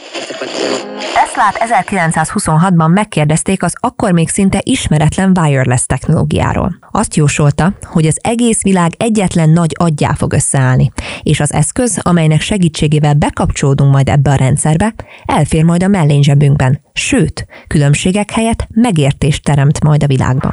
Teslát 1926-ban megkérdezték az akkor még szinte ismeretlen wireless technológiáról. Azt jósolta, hogy az egész világ egyetlen nagy aggyá fog összeállni, és az eszköz, amelynek segítségével bekapcsolódunk majd ebbe a rendszerbe, elfér majd a mellényzsebünkben, sőt, különbségek helyett megértést teremt majd a világban.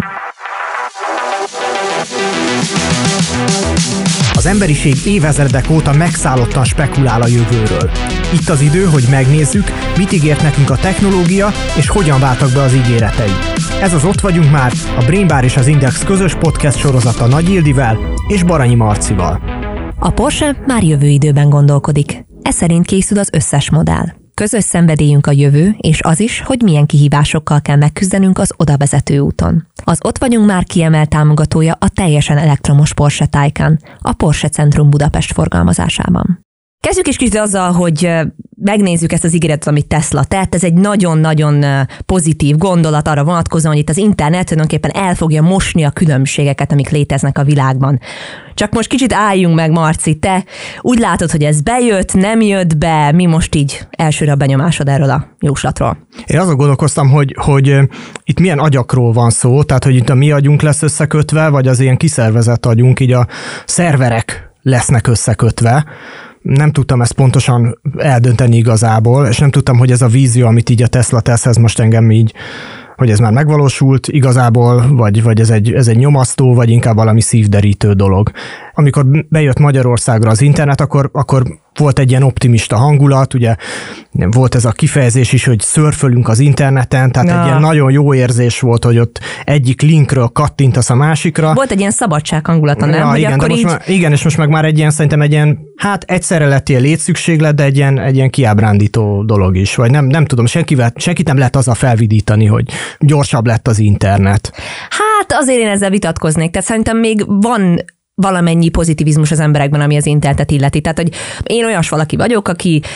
Az emberiség évezredek óta megszállottan spekulál a jövőről. Itt az idő, hogy megnézzük, mit ígért nekünk a technológia, és hogyan váltak be az ígéretei. Ez az Ott vagyunk már, a Brain Bar és az Index közös podcast sorozata Nagy Ildivel és Baranyi Marcival. A Porsche már jövő időben gondolkodik. Ez szerint készül az összes modell. Közös szenvedélyünk a jövő, és az is, hogy milyen kihívásokkal kell megküzdenünk az oda vezető úton. Az Ott vagyunk már kiemelt támogatója a teljesen elektromos Porsche Taycan, a Porsche Centrum Budapest forgalmazásában. Kezdjük is kicsit azzal, hogy megnézzük ezt az ígéretet, amit Tesla tett. Ez egy nagyon-nagyon pozitív gondolat arra vonatkozóan, hogy itt az internet tulajdonképpen el fogja mosni a különbségeket, amik léteznek a világban. Csak most kicsit álljunk meg, Marci, te úgy látod, hogy ez bejött, nem jött be, mi most így elsőre a benyomásod erről a jóslatról? Én azon gondolkoztam, hogy itt milyen agyakról van szó, tehát hogy itt a mi agyunk lesz összekötve, vagy az ilyen kiszervezett agyunk, így a szerverek lesznek összekötve. Nem tudtam ezt pontosan eldönteni igazából, és nem tudtam, hogy ez a vízió, amit így a Tesla tesz, ez most engem így, hogy ez már megvalósult igazából, vagy ez egy nyomasztó, vagy inkább valami szívderítő dolog. Amikor bejött Magyarországra az internet, akkor volt egy ilyen optimista hangulat, ugye volt ez a kifejezés is, hogy szörfölünk az interneten, tehát egy ilyen nagyon jó érzés volt, hogy ott egyik linkről kattintasz a másikra. Volt egy ilyen szabadság hangulata, nem? Ja, igen, akkor így... igen, és most meg már szerintem egy ilyen, hát egyszerre lett ilyen létszükséglet, de egy ilyen kiábrándító dolog is, vagy nem tudom, senkit nem lehet azzal felvidítani, hogy gyorsabb lett az internet. Hát azért én ezzel vitatkoznék, tehát szerintem még van valamennyi pozitivizmus az emberekben, ami az internetet illeti. Tehát, hogy én olyas valaki vagyok,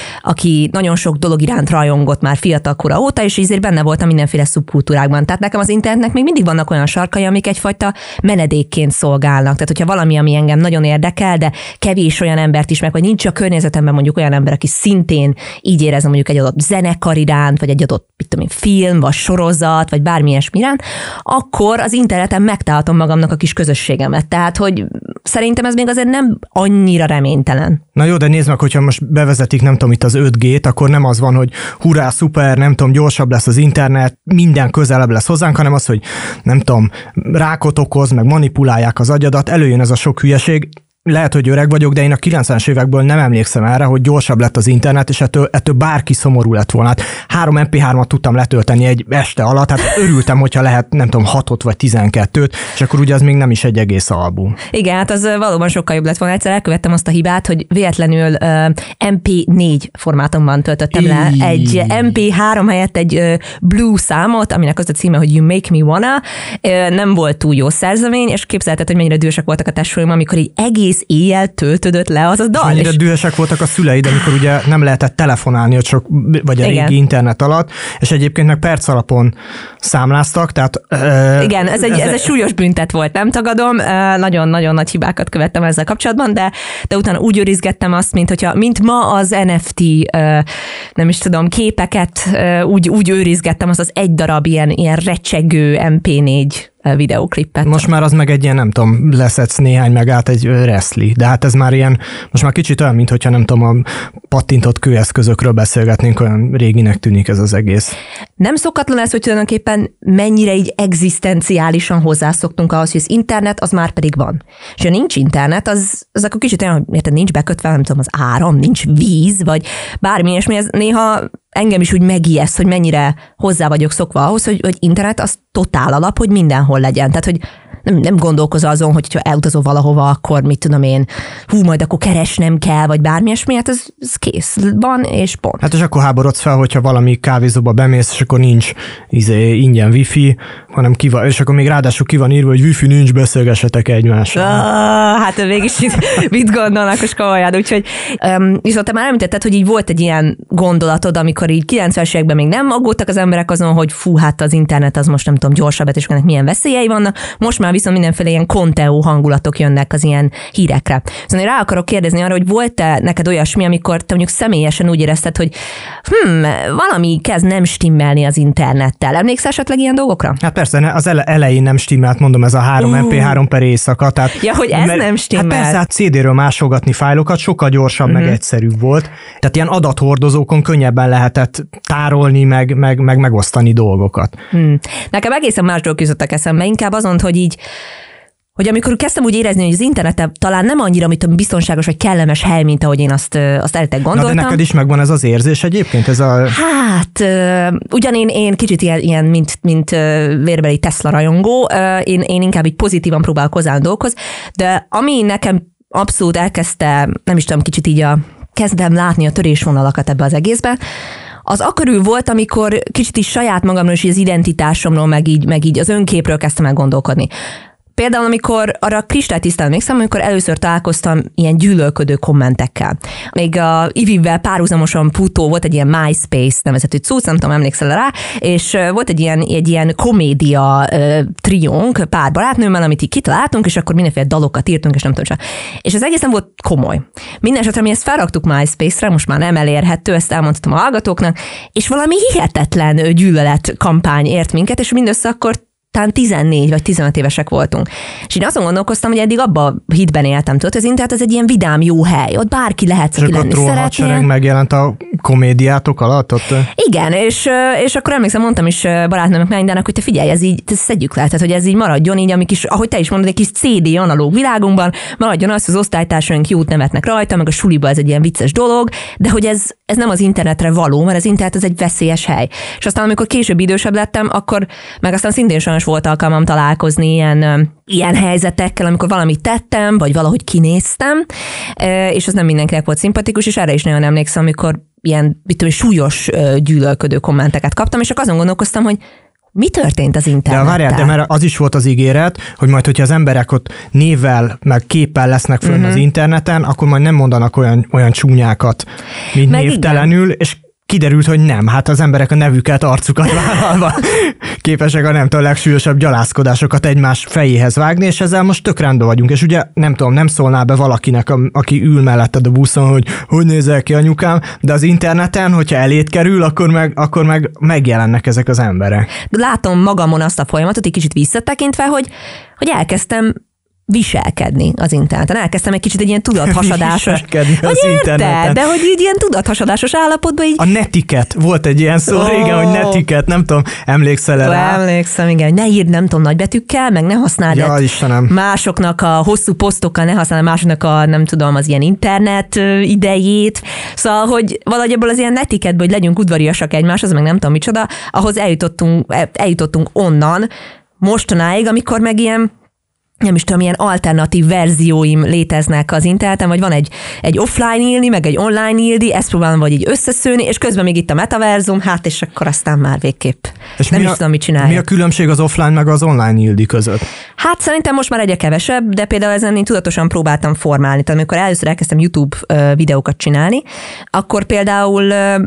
aki nagyon sok dolog iránt rajongott már fiatal kora óta, és ezért benne voltam mindenféle szubkultúrákban. Tehát nekem az internetnek még mindig vannak olyan sarkai, amik egyfajta menedékként szolgálnak. Tehát, hogyha valami, ami engem nagyon érdekel, de kevés olyan embert ismerek, vagy nincs a környezetemben mondjuk olyan ember, aki szintén így érez mondjuk egy adott zenekar iránt, vagy egy adott film, vagy sorozat, vagy bármi ilyesmi iránt, akkor az interneten megtaláltam magamnak a kis közösségemet. Tehát, hogy szerintem ez még azért nem annyira reménytelen. Na jó, de nézd meg, hogyha most bevezetik, nem tudom, itt az 5G-t, akkor nem az van, hogy hurrá, szuper, nem tudom, gyorsabb lesz az internet, minden közelebb lesz hozzánk, hanem az, hogy nem tudom, rákot okoz, meg manipulálják az agyadat, előjön ez a sok hülyeség. Lehet, hogy öreg vagyok, de én a 90-es évekből nem emlékszem erre, hogy gyorsabb lett az internet, és ettől bárki szomorú lett volna. Hát 3 MP3-at tudtam letölteni egy este alatt, hát örültem, hogyha lehet, nem tudom, 6-ot vagy 12-t, és akkor ugye az még nem is egy egész album. Igen, hát az valóban sokkal jobb lett volna. Egyszer elkövettem azt a hibát, hogy véletlenül MP4 formátumban töltöttem le egy MP3 helyett egy Blue számot, aminek az a címe, hogy You Make Me Wanna. Nem volt túl jó szerzemény, és képzelted, hogy mennyire dühösek voltak a testvéreim, amikor így egész éjjel töltödött le az a dal. Mennyire dühösek voltak a szüleid, amikor ugye nem lehetett telefonálni, vagy a régi internet alatt, és egyébként meg perc alapon számláztak, tehát... Igen, ez egy súlyos büntet volt, nem tagadom, nagyon-nagyon nagy hibákat követtem ezzel kapcsolatban, de utána úgy őrizgettem azt, mint ma az NFT, nem is tudom, képeket, úgy őrizgettem azt az egy darab ilyen recsegő MP4 videóklippet. Most már az meg egy ilyen, nem tudom, leszedsz néhány megállt egy reszli, de hát ez már ilyen, most már kicsit olyan, mintha nem tudom, a pattintott kőeszközökről beszélgetnénk, olyan réginek tűnik ez az egész. Nem szokatlan ez, hogy tulajdonképpen mennyire így egzisztenciálisan hozzászoktunk ahhoz, hogy az internet az már pedig van. És ha nincs internet, az akkor kicsit olyan, hogy érted, nincs bekötve, nem tudom, az áram, nincs víz, vagy bármi ilyesmi, ez néha engem is úgy megijeszt, hogy mennyire hozzá vagyok szokva ahhoz, hogy internet az totál alap, hogy mindenhol legyen. Tehát, hogy nem gondolkozol azon, hogy ha elutazol valahova, akkor mit tudom én, majd akkor keresnem kell, vagy bármi ilyesmi, hát ez kész van, és pont. Hát és akkor háborodsz fel, hogyha valami kávézóba bemész, és akkor nincs ingyen wifi, hanem és akkor még ráadásul ki van írva, hogy wifi nincs, beszélgessetek egymással. Hát mégis mit gondolnak, most komolyan, úgyhogy viszont te már említetted, hogy így volt egy ilyen gondolatod, amikor így 90-es években még nem aggódtak az emberek azon, hogy hát az internet az most nem tudom, gyorsabb, és ennek milyen veszélyei vannak. Most már már viszont mindenféle ilyen konteó hangulatok jönnek az ilyen hírekre. Szóval én rá akarok kérdezni arra, hogy volt-e neked olyasmi, amikor te mondjuk személyesen úgy érezted, hogy valami kezd nem stimmelni az internettel. Emlékszel esetleg ilyen dolgokra? Hát persze, az elején nem stimmelt, mondom, ez a 3 MP3 per éjszaka. Tehát, ja, hogy ez nem stimmel. Hát persze, hát CD-ről másolgatni fájlokat sokkal gyorsabb, meg egyszerűbb volt. Tehát ilyen adathordozókon könnyebben lehetett tárolni, meg megosztani dolgokat. Nekem egészen más dolgok jutottak eszembe, inkább azon, hogy amikor kezdtem úgy érezni, hogy az internet talán nem annyira biztonságos vagy kellemes hely, mint ahogy én azt előtte gondoltam. Na, de neked is megvan ez az érzés egyébként? Hát, ugyan én kicsit ilyen mint vérbeli Tesla rajongó, én inkább így pozitívan próbálok hozzá a dolgokhoz, de ami nekem abszolút elkezdte, nem is tudom, kicsit így kezdem látni a törésvonalakat ebbe az egészbe, az akkörül volt, amikor kicsit is saját magamról és az identitásomról, meg így az önképről kezdtem el gondolkodni. Például, amikor arra kristálytisztán emlékszem, amikor először találkoztam ilyen gyűlölködő kommentekkel. Még a Ivivel párhuzamosan futó volt egy ilyen MySpace nevezetű cucc, nem tudom, emlékszel rá, és volt egy ilyen komédia triónk pár barátnőmmel, amit így kitaláltunk, és akkor mindenféle dalokat írtunk, és nem tudom csak. És az egész nem volt komoly. Mindenesetre mi ezt felraktuk MySpace-re, most már nem elérhető, ezt elmondtam a hallgatóknak, és valami hihetetlen gyűlölet kampány ért minket, és mindössze akkor talán 14 vagy 15 évesek voltunk. És én azon gondolkoztam, hogy eddig abban a hitben éltem, tudod, az internet az egy ilyen vidám, jó hely, ott bárki lehetsz, aki lenni szeretnél. És akkor a trollhadsereg megjelent a komédiátok alatt ott? Igen, és akkor emlékszem, mondtam is barátnőmnek Mányidának, hogy te figyelj, ez így, szedjük le, tehát, hogy ez így maradjon így, amik is, ahogy te is mondod, egy kis CD analóg világunkban, maradjon az, hogy az osztálytársaink jót nevetnek rajta, meg a suliba ez egy ilyen vicces dolog, de hogy ez nem az internetre való, mert az internet az egy veszélyes hely. És aztán, amikor később idősebb lettem, akkor meg aztán szintén sajnos volt alkalmam találkozni ilyen helyzetekkel, amikor valamit tettem, vagy valahogy kinéztem, és az nem mindenkinek volt szimpatikus, és erre is nagyon emlékszem, amikor ilyen súlyos gyűlölködő kommenteket kaptam, és akkor azon gondolkoztam, hogy mi történt az internettel? De várjál, de mert az is volt az ígéret, hogy majd, hogyha az emberek ott névvel, meg képpel lesznek fönn az interneten, akkor majd nem mondanak olyan csúnyákat, mint meg névtelenül, igen. És kiderült, hogy nem. Hát az emberek a nevüket, arcukat vállalva képesek a legsúlyosabb gyalázkodásokat egymás fejéhez vágni, és ezzel most tök rendben vagyunk. És ugye nem tudom, nem szólnál be valakinek, aki ül melletted a buszon, hogy nézel ki anyukám, de az interneten, hogyha elét kerül, akkor meg megjelennek ezek az emberek. De látom magamon azt a folyamatot, egy kicsit visszatekintve, hogy elkezdtem viselkedni az interneten. Elkezdtem egy kicsit egy ilyen tudathasadásos. De hogy így ilyen tudathasadásos állapotban így... A netiket. Volt egy ilyen szó régen, hogy netiket. Nem tudom, emlékszel rá? Emlékszem, igen. Ne írd, nem tudom, nagybetűkkel, meg ne használd másoknak a hosszú posztokkal, ne használd másoknak a, nem tudom, az ilyen internet idejét. Szóval, hogy valahogy ebből az ilyen netiketből, hogy legyünk udvariasak egymáshoz, meg nem tudom micsoda, ahhoz eljutottunk onnan mostanáig, amikor meg ilyen nem is tudom, ilyen alternatív verzióim léteznek az interneten, vagy van egy offline ildi, meg egy online ildi, ezt próbálom vagy így összeszőni, és közben még itt a metaverzum, hát és akkor aztán már végképp és nem is tudom, mit csinálják. Mi a különbség az offline meg az online ildi között? Hát szerintem most már egyre kevesebb, de például ezen én tudatosan próbáltam formálni. Tehát amikor először elkezdtem YouTube videókat csinálni, akkor például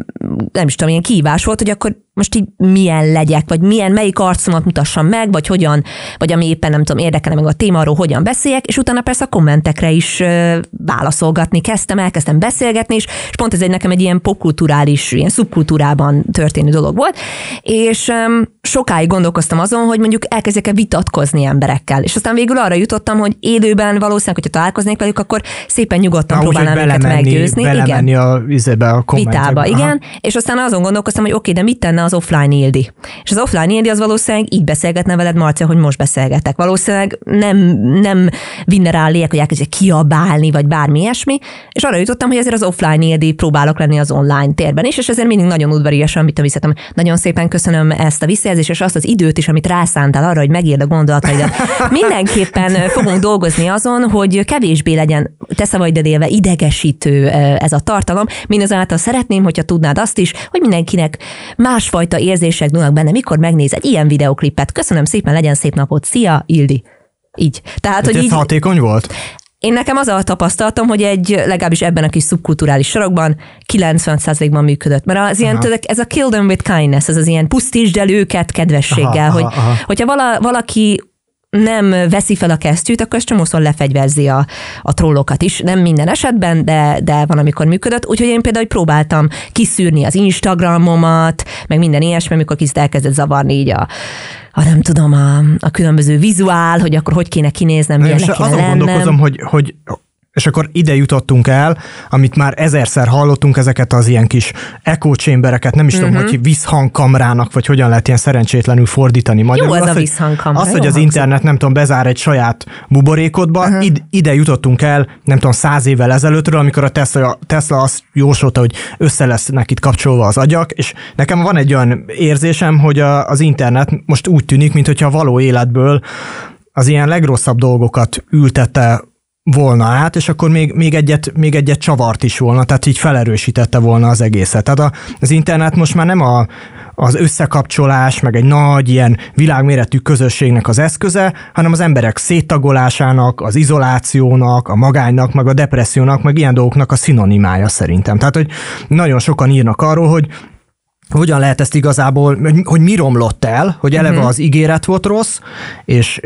nem is tudom, ilyen kihívás volt, hogy akkor most így milyen legyek, vagy melyik arcomat mutassam meg, vagy hogyan, vagy ami éppen nem tudom, érdekelne meg a téma, arról hogyan beszéljek, és utána persze a kommentekre is válaszolgatni kezdtem, elkezdtem beszélgetni, és pont ez nekem egy ilyen popkulturális, ilyen szubkultúrában történő dolog volt, és sokáig gondolkoztam azon, hogy mondjuk elkezdjek-e vitatkozni emberekkel, és aztán végül arra jutottam, hogy élőben valószínűleg, hogyha találkoznék velük, akkor szépen nyugodtan próbálnám őket meggyőzni. Belemenni a vitába, igen, és aztán azon gondolkoztam, hogy oké, de mit tenne az offline ildi. És az offline ildi az valószínűleg így beszélgetne veled, Marcia, hogy most beszélgetek. Valószínűleg nem vinne rá a lélek, hogy elkezdjek kiabálni, vagy bármi ilyesmi, és arra jutottam, hogy ezért az offline ildi próbálok lenni az online térben is, és ezért mindig nagyon udvariasan visszatem. Nagyon szépen köszönöm ezt a visszajelzést, és azt az időt is, amit rászántál arra, hogy megírd a gondolataidat. Mindenképpen fogunk dolgozni azon, hogy kevésbé legyen, te szavaid élve, idegesítő ez a tartalom. Mindazáltal szeretném, hogyha tudnád azt is, hogy mindenkinek másfajta érzések dúlnak benne, mikor megnéz egy ilyen videoklipet. Köszönöm szépen, legyen szép napot. Szia, Ildi. Így. Tehát, hogy ez hatékony volt? Én nekem az a tapasztalatom, hogy legalábbis ebben a kis szubkulturális sarokban 90%-ban működött. Mert az ilyen, ez a kill them with kindness, ez az ilyen pusztítsd el őket kedvességgel, hogyha valaki nem veszi fel a kesztyűt, akkor ez csomószor lefegyverzi a trollokat is. Nem minden esetben, de van, amikor működött. Úgyhogy én például próbáltam kiszűrni az Instagramomat, meg minden ilyesmi, amikor kicsit elkezdett zavarni így nem tudom, a különböző vizuál, hogy akkor hogy kéne kinéznem, milyennek kéne lennem. Azon gondolkozom, hogy és akkor ide jutottunk el, amit már ezerszer hallottunk, ezeket az ilyen kis echo chambereket, nem is tudom, hogy visszhangkamrának, vagy hogyan lehet ilyen szerencsétlenül fordítani magyarul. Jó az a visszhangkamra. Az, hogy az internet, nem tudom, bezár egy saját buborékodba, ide jutottunk el, nem tudom, 100 évvel ezelőttről, amikor a Tesla azt jósolta, hogy össze lesznek itt kapcsolva az agyak, és nekem van egy olyan érzésem, hogy az internet most úgy tűnik, mintha a való életből az ilyen legrosszabb dolgokat ültette volna át, és akkor még egyet csavart is volna, tehát így felerősítette volna az egészet. Tehát az internet most már nem az összekapcsolás, meg egy nagy ilyen világméretű közösségnek az eszköze, hanem az emberek széttagolásának, az izolációnak, a magánynak, meg a depressziónak, meg ilyen dolgoknak a szinonimája szerintem. Tehát, hogy nagyon sokan írnak arról, hogy hogyan lehet ezt igazából, hogy mi romlott el, hogy eleve az ígéret volt rossz, és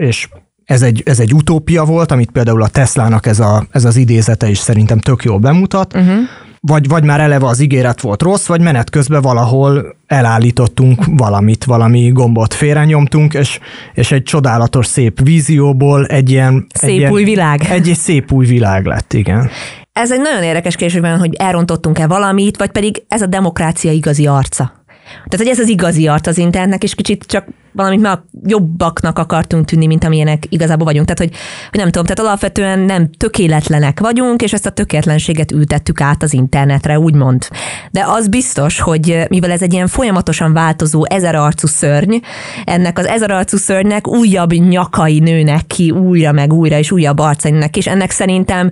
ez egy utópia volt, amit például a Teslának ez az idézete is szerintem tök jól bemutat, vagy már eleve az ígéret volt rossz, vagy menet közben valahol elállítottunk valami gombot félrenyomtunk, és egy csodálatos szép vízióból egy új világ. Egy szép új világ lett, igen. Ez egy nagyon érdekes kérdés, hogy elrontottunk-e valamit, vagy pedig ez a demokrácia igazi arca. Tehát, hogy ez az igazi arc az internetnek, és kicsit csak valamit meg jobbaknak akartunk tűnni, mint amilyenek igazából vagyunk. Tehát, hogy nem tudom, tehát alapvetően nem tökéletlenek vagyunk, és ezt a tökéletlenséget ültettük át az internetre, úgymond. De az biztos, hogy mivel ez egy ilyen folyamatosan változó ezerarcú szörny, ennek az ezerarcú szörnynek újabb nyakai nőnek ki újra meg újra, és újabb arcai nőnek ki, és ennek szerintem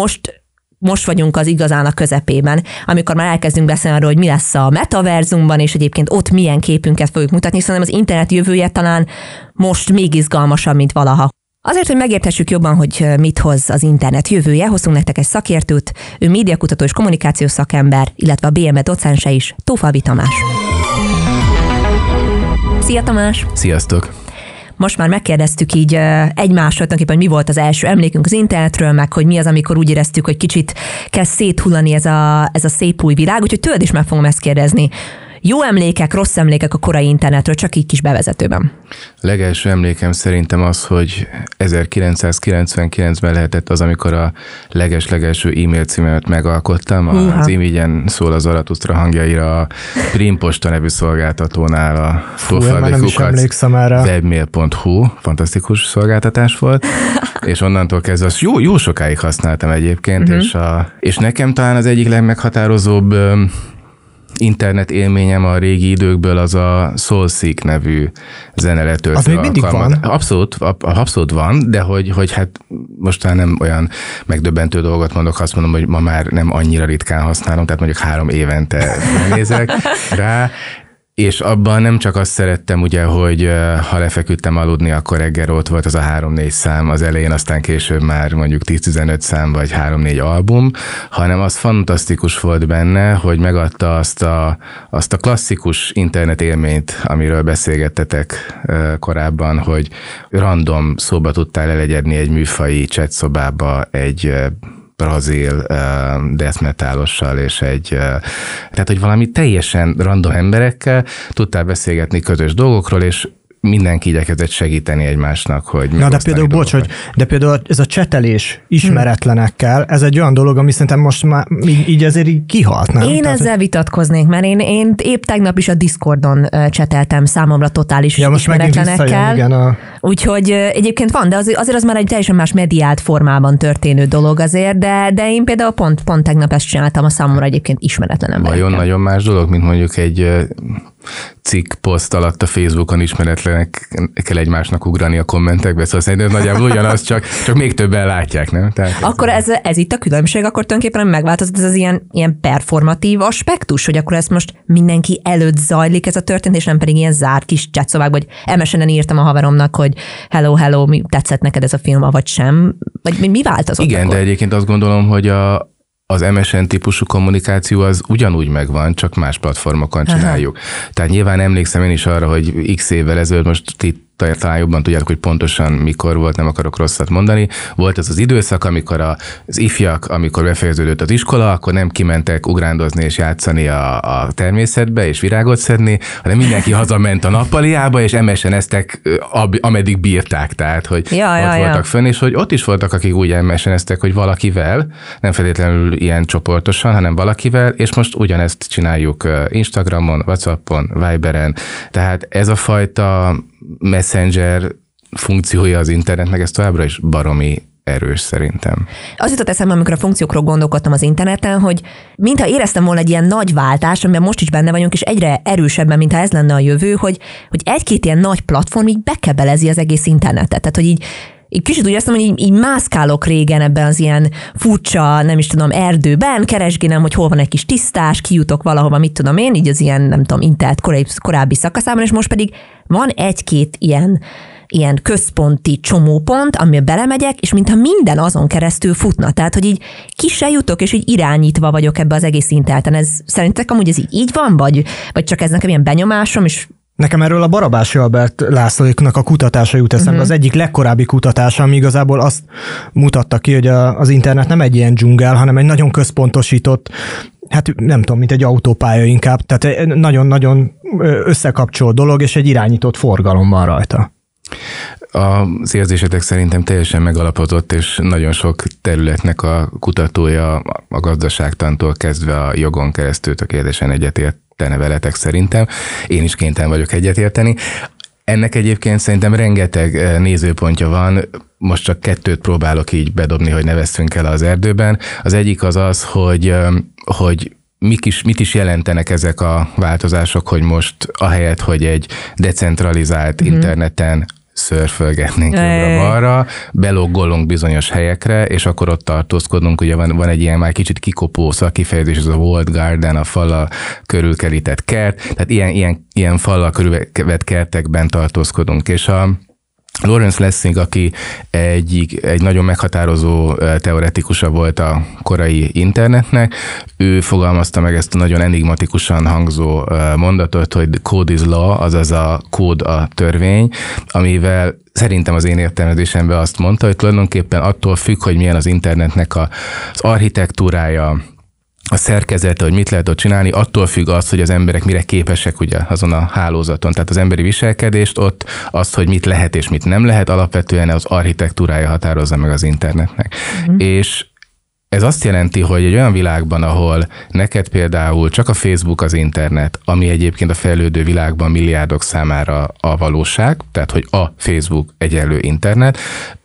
most vagyunk az igazán a közepében, amikor már elkezdünk beszélni arról, hogy mi lesz a metaverzumban, és egyébként ott milyen képünket fogjuk mutatni, szerintem az internet jövője talán most még izgalmasabb, mint valaha. Azért, hogy megértessük jobban, hogy mit hoz az internet jövője, hoztunk nektek egy szakértőt, ő médiakutató és kommunikációs szakember, illetve a BME docense is, Tófalvi Tamás. Szia Tamás! Sziasztok! Most már megkérdeztük így egymástól, hogy mi volt az első emlékünk az internetről, meg hogy mi az, amikor úgy éreztük, hogy kicsit kezd széthullani ez a szép új világ, úgyhogy tőled is meg fogom ezt kérdezni. Jó emlékek, rossz emlékek a korai internetről, csak így kis bevezetőben. A legelső emlékem szerintem az, hogy 1999-ben lehetett az, amikor a leges-legelső e-mail címemet megalkottam. Az e-mailyen szól az Zaratustra hangjaira a Primposta nevű szolgáltatónál a webmail.hu, fantasztikus szolgáltatás volt, és onnantól kezdve azt jó sokáig használtam egyébként, és nekem talán az egyik legmeghatározóbb internet élményem a régi időkből az a SoulSeek nevű zeneletöltő. Az még mindig van? Abszolút van, de hogy hát most már nem olyan megdöbbentő dolgot mondok, azt mondom, hogy ma már nem annyira ritkán használom, tehát mondjuk 3 évente nézek rá, és abban nem csak azt szerettem, ugye, hogy ha lefeküdtem aludni, akkor reggel ott volt az a 3-4 szám az elején, aztán később már mondjuk 10-15 szám vagy 3-4 album, hanem az fantasztikus volt benne, hogy megadta azt a klasszikus internet élményt, amiről beszélgettetek korábban, hogy random szóba tudtál elegyedni egy műfai chatszobába egy brazil death metalossal, és tehát, hogy valami teljesen random emberekkel tudtál beszélgetni közös dolgokról, és mindenki igyekezett segíteni egymásnak, hogy na, de például, de például ez a csetelés ismeretlenekkel, ez egy olyan dolog, ami szerintem most már így azért így kihalt, nem? Én ezzel vitatkoznék, mert én épp tegnap is a Discordon cseteltem számomra totális ismeretlenekkel. Igen, úgyhogy egyébként van, de azért az már egy teljesen más mediált formában történő dolog azért, de én például pont tegnap ezt csináltam a számomra egyébként ismeretlen emberekkel. Nagyon más dolog, mint mondjuk egy cikk poszt alatt a Facebookon ismeretlenek kell egymásnak ugrani a kommentekbe, szóval szerintem nagyjából ugyanaz, csak még többen látják, nem? Tehát akkor ez itt a különbség, akkor tulajdonképpen megváltozott ez az ilyen performatív aspektus, hogy akkor ez most mindenki előtt zajlik ez a történet, és nem pedig ilyen zárt kis chatszobákban, vagy MSN-en írtam a haveromnak, hogy hello, tetszett neked ez a film, vagy sem? Vagy mi változott? Igen, akkor? De egyébként azt gondolom, hogy az MSN típusú kommunikáció az ugyanúgy megvan, csak más platformokon csináljuk. Tehát nyilván emlékszem én is arra, hogy x évvel ezelőtt most itt talán jobban tudjátok, hogy pontosan mikor volt, nem akarok rosszat mondani. Volt ez az időszak, amikor az ifjak, amikor befejeződött az iskola, akkor nem kimentek ugrándozni és játszani a természetbe és virágot szedni, hanem mindenki hazament a nappaliába, és MSN-eztek, ameddig bírták, tehát, hogy ott voltak fönn, és hogy ott is voltak, akik úgy MSN-eztek, hogy valakivel, nem feltétlenül ilyen csoportosan, hanem valakivel, és most ugyanezt csináljuk Instagramon, WhatsAppon, Viberen, tehát ez a fajta messenger funkciója az internetnek, ez továbbra is baromi erős szerintem. Az jutott eszembe, amikor a funkciókról gondolkodtam az interneten, hogy mintha éreztem volna egy ilyen nagy váltás, amiben most is benne vagyunk, és egyre erősebben, mintha ez lenne a jövő, hogy egy-két ilyen nagy platform így bekebelezi az egész internetet. Tehát, hogy így kicsit úgy éreztem, hogy így mászkálok régen ebben az ilyen furcsa, nem is tudom, erdőben, keresgélem, hogy hol van egy kis tisztás, kijutok valahova, mit tudom én, így az ilyen, nem tudom, internet korábbi szakaszában, és most pedig van egy-két ilyen központi csomópont, amiben belemegyek, és mintha minden azon keresztül futna. Tehát, hogy így ki se jutok, és így irányítva vagyok ebbe az egész interneten. Ez szerintek amúgy ez így van, vagy csak ez nekem ilyen benyomásom, és nekem erről a Barabási Albert Lászlóiknak a kutatása jut eszembe, az egyik legkorábbi kutatása, ami igazából azt mutatta ki, hogy az internet nem egy ilyen dzsungel, hanem egy nagyon központosított, hát nem tudom, mint egy autópálya inkább, tehát nagyon-nagyon összekapcsolt dolog, és egy irányított forgalom van rajta. Az érzésetek szerintem teljesen megalapozott, és nagyon sok területnek a kutatója, a gazdaságtantól kezdve a jogon keresztül tökéletesen egyetértene veletek szerintem. Én is kénytelen vagyok egyetérteni. Ennek egyébként szerintem rengeteg nézőpontja van, most csak kettőt próbálok így bedobni, hogy ne vesszünk el az erdőben. Az egyik az az, hogy mit is jelentenek ezek a változások, hogy most ahelyett, hogy egy decentralizált interneten szörfölgetnénk jobbra-balra, beloggolunk bizonyos helyekre, és akkor ott tartózkodunk. Ugye van egy ilyen már kicsit kikopó szakkifejezés, ez a walled garden, a fallal körülkerített kert, tehát ilyen fallal körülvett kertekben tartózkodunk. És a Lawrence Lessig, aki egy nagyon meghatározó teoretikusa volt a korai internetnek, ő fogalmazta meg ezt a nagyon enigmatikusan hangzó mondatot, hogy code is law, azaz a kód a törvény, amivel szerintem az én értelmezésemben azt mondta, hogy tulajdonképpen attól függ, hogy milyen az internetnek az architektúrája, a szerkezete, hogy mit lehet ott csinálni, attól függ az, hogy az emberek mire képesek ugye azon a hálózaton. Tehát az emberi viselkedést ott, azt, hogy mit lehet és mit nem lehet, alapvetően az architektúrája határozza meg az internetnek. És ez azt jelenti, hogy egy olyan világban, ahol neked például csak a Facebook az internet, ami egyébként a fejlődő világban milliárdok számára a valóság, tehát hogy a Facebook egyenlő internet,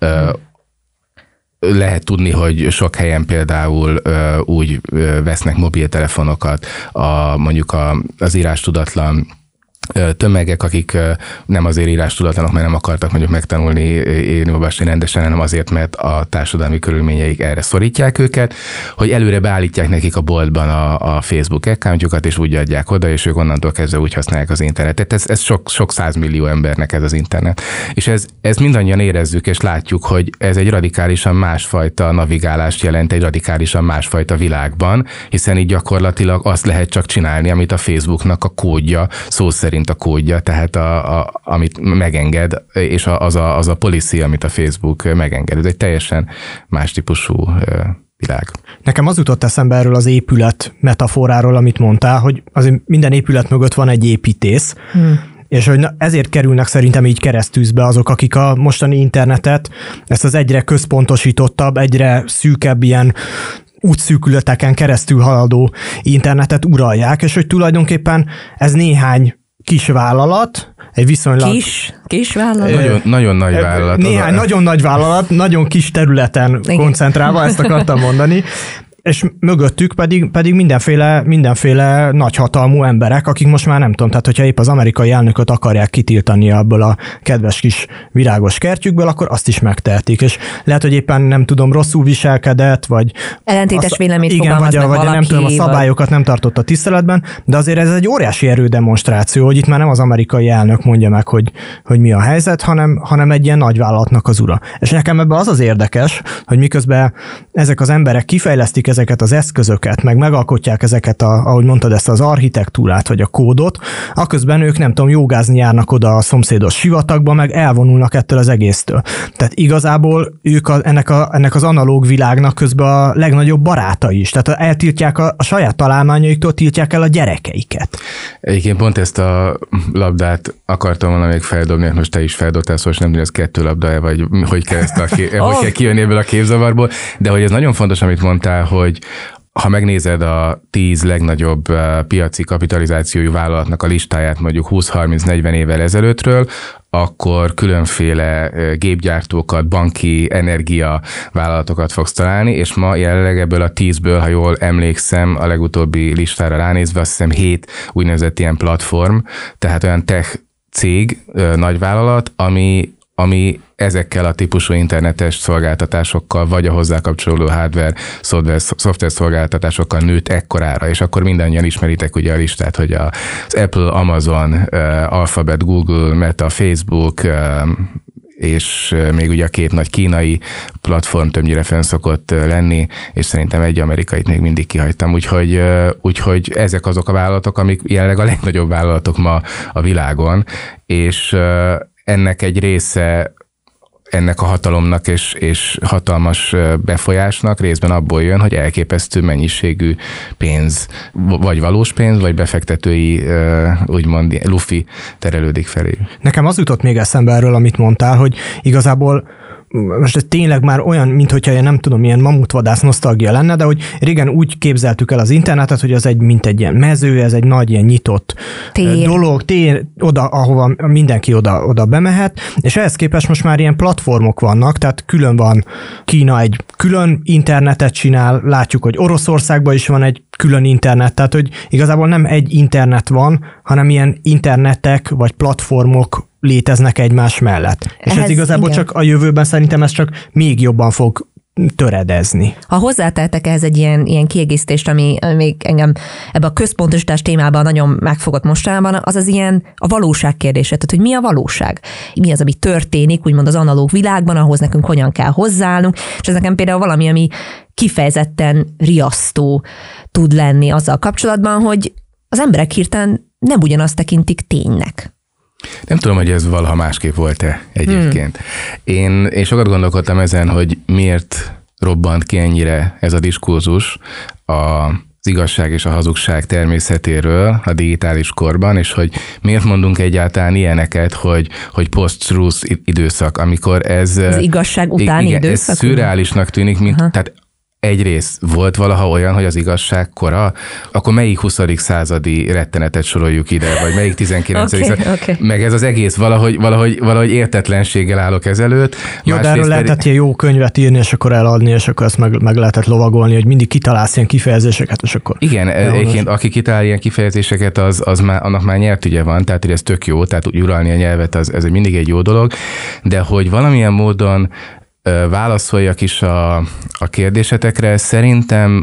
lehet tudni, hogy sok helyen például úgy vesznek mobiltelefonokat, mondjuk az írástudatlan tömegek, akik nem azért írástudatlanok, mert nem akartak mondjuk megtanulni írni, olvasni rendesen, hanem azért, mert a társadalmi körülményeik erre szorítják őket, hogy előre beállítják nekik a boltban a Facebook accountjukat, és úgy adják oda, és ők onnantól kezdve úgy használják az internetet. Ez sok 100 millió embernek ez az internet. És ez mindannyian érezzük, és látjuk, hogy ez egy radikálisan másfajta navigálást jelent, egy radikálisan másfajta világban, hiszen így gyakorlatilag azt lehet csak csinálni, amit a Facebooknak a kódja, szó szerint a kódja, tehát amit megenged, és az a policy, amit a Facebook megenged. Ez egy teljesen más típusú világ. Nekem az jutott eszembe erről az épület metaforáról, amit mondtál, hogy azért minden épület mögött van egy építész, és hogy ezért kerülnek szerintem így keresztűzbe azok, akik a mostani internetet, ezt az egyre központosítottabb, egyre szűkebb ilyen útszűkületeken keresztül haladó internetet uralják, és hogy tulajdonképpen ez néhány kis vállalat, egy viszonylag... Kis vállalat? Nagyon nagy vállalat. Néhány nagyon nagy vállalat, nagyon kis területen koncentrálva, ezt akartam mondani, és mögöttük pedig mindenféle nagyhatalmú emberek, akik most már nem tudom, tehát hogyha épp az amerikai elnököt akarják kitiltani ebből a kedves kis virágos kertjükből, akkor azt is megtehetik, és lehet, hogy éppen nem tudom, rosszul viselkedett, vagy... Ellentétes véleményt fogalmaz meg valaki, nem tudom, a szabályokat nem tartott a tiszteletben, de azért ez egy óriási erődemonstráció, hogy itt már nem az amerikai elnök mondja meg, hogy mi a helyzet, hanem egy ilyen nagyvállalatnak az ura. És nekem ebben az érdekes, hogy miközben ezek az emberek kifejlesztik ezeket az eszközöket, meg megalkotják ezeket, ahogy mondtad, ezt az architektúrát, vagy a kódot, aközben ők nem tudom, jogázni járnak oda a szomszédos sivatagba, meg elvonulnak ettől az egésztől. Tehát igazából ők ennek az analóg világnak közben a legnagyobb barátai is. Tehát eltiltják a saját találmányaiktól, tiltják el a gyerekeiket. Egyébként pont ezt a labdát akartam volna még feldobni, most te is feldobtál, szóval nem tudom, ez 2 labda-e, vagy hogy kell hogy kell kijönni ebből a képzavarból, de hogy ez nagyon fontos, amit mondtál, hogy ha megnézed a 10 legnagyobb piaci kapitalizációjú vállalatnak a listáját mondjuk 20-30-40 évvel ezelőttről, akkor különféle gépgyártókat, banki, energia vállalatokat fogsz találni, és ma jelenleg ebből a 10-ből, ha jól emlékszem, a legutóbbi listára ránézve, azt hiszem 7 úgynevezett ilyen platform, tehát olyan tech cég, nagyvállalat, ami ezekkel a típusú internetes szolgáltatásokkal, vagy a hozzá kapcsolódó hardware, szoftver szolgáltatásokkal nőtt ekkorára, és akkor mindannyian ismeritek ugye a listát, hogy az Apple, Amazon, Alphabet, Google, Meta, Facebook, és még ugye a 2 nagy kínai platform többnyire fönn szokott lenni, és szerintem egy amerikait még mindig kihagytam. Úgyhogy ezek azok a vállalatok, amik jelenleg a legnagyobb vállalatok ma a világon, és ennek egy része ennek a hatalomnak és hatalmas befolyásnak részben abból jön, hogy elképesztő mennyiségű pénz, vagy valós pénz, vagy befektetői, úgymond lufi terelődik felé. Nekem az jutott még eszembe erről, amit mondtál, hogy igazából most ez tényleg már olyan, minthogyha én nem tudom, ilyen mamutvadász nosztalgia lenne, de hogy régen úgy képzeltük el az internetet, hogy az mint egy ilyen mező, ez egy nagy ilyen nyitott dolog, oda, ahova mindenki oda bemehet, és ehhez képest most már ilyen platformok vannak, tehát külön van Kína egy külön internetet csinál, látjuk, hogy Oroszországban is van egy külön internet, tehát hogy igazából nem egy internet van, hanem ilyen internetek vagy platformok léteznek egymás mellett. És ez igazából igen. Csak a jövőben szerintem ez csak még jobban fog töredezni. Ha hozzátettek ehhez egy ilyen kiegészítést, ami még engem ebben a központosítás témában nagyon megfogott mostanában, az ilyen a valóság kérdése. Tehát, hogy mi a valóság? Mi az, ami történik, úgymond az analóg világban, ahhoz nekünk hogyan kell hozzáállnunk, és ez nekem például valami, ami kifejezetten riasztó tud lenni azzal kapcsolatban, hogy az emberek hirtelen nem ugyanazt tekintik ténynek. Nem tudom, hogy ez valaha másképp volt-e egyébként. Én sokat gondolkodtam ezen, hogy miért robbant ki ennyire ez a diskurzus az igazság és a hazugság természetéről a digitális korban, és hogy miért mondunk egyáltalán ilyeneket, hogy post-truth időszak, amikor ez... Az igazság utáni időszak? Ez szürreálisnak tűnik, tehát egyrészt volt valaha olyan, hogy az igazság kora, akkor melyik 20. századi rettenetet soroljuk ide, vagy melyik 19. Okay. Meg ez az egész valahogy értetlenséggel állok ezelőtt. Jó, de erről lehetett ilyen jó könyvet írni, és akkor eladni, és akkor ezt meg lehetett lovagolni, hogy mindig kitalálsz ilyen kifejezéseket, és akkor... Igen, egyébként aki kitalál ilyen kifejezéseket, annak már nyertügye van, tehát hogy ez tök jó, tehát uralni a nyelvet, ez mindig egy jó dolog, de hogy valamilyen módon válaszoljak is a kérdésetekre, szerintem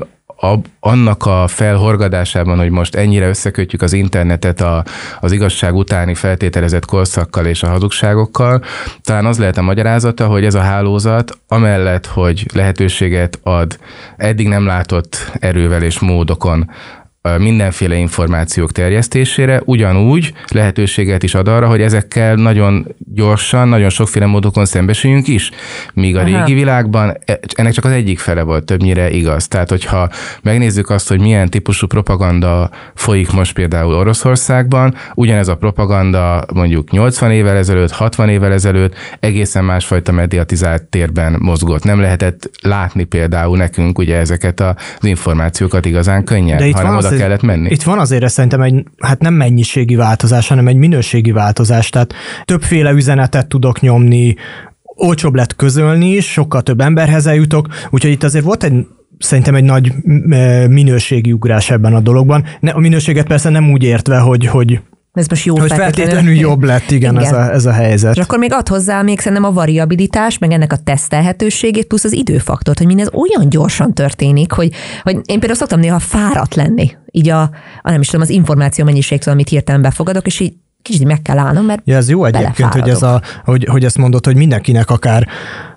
annak a felhorgadásában, hogy most ennyire összekötjük az internetet az igazság utáni feltételezett korszakkal és a hazugságokkal, talán az lehet a magyarázata, hogy ez a hálózat amellett, hogy lehetőséget ad eddig nem látott erővel és módokon mindenféle információk terjesztésére, ugyanúgy lehetőséget is ad arra, hogy ezekkel nagyon gyorsan, nagyon sokféle módokon szembesüljünk is, míg a régi világban ennek csak az egyik fele volt többnyire igaz. Tehát, hogyha megnézzük azt, hogy milyen típusú propaganda folyik most például Oroszországban, ugyanez a propaganda mondjuk 80 évvel ezelőtt, 60 évvel ezelőtt egészen másfajta mediatizált térben mozgott. Nem lehetett látni például nekünk ugye ezeket az információkat igazán könnyen, hanem oda kellett menni. Itt van azért szerintem nem mennyiségi változás, hanem egy minőségi változás. Tehát többféle üzenetet tudok nyomni, olcsóbb lett közölni is, sokkal több emberhez eljutok, úgyhogy itt azért volt szerintem egy nagy minőségi ugrás ebben a dologban. A minőséget persze nem úgy értve, hogy ez most jó feltétlenül jobb lett, igen. Ez a helyzet. És akkor még ad hozzá még szerintem a variabilitás, meg ennek a tesztelhetőségét, plusz az időfaktort, hogy mindez olyan gyorsan történik, hogy én például szoktam néha fáradt lenni, így nem is tudom, az információ mennyiségtől, amit hirtelen befogadok, és így kicsit meg kell állnom, mert ez jó egyébként, hogy hogy ezt mondod, hogy mindenkinek akár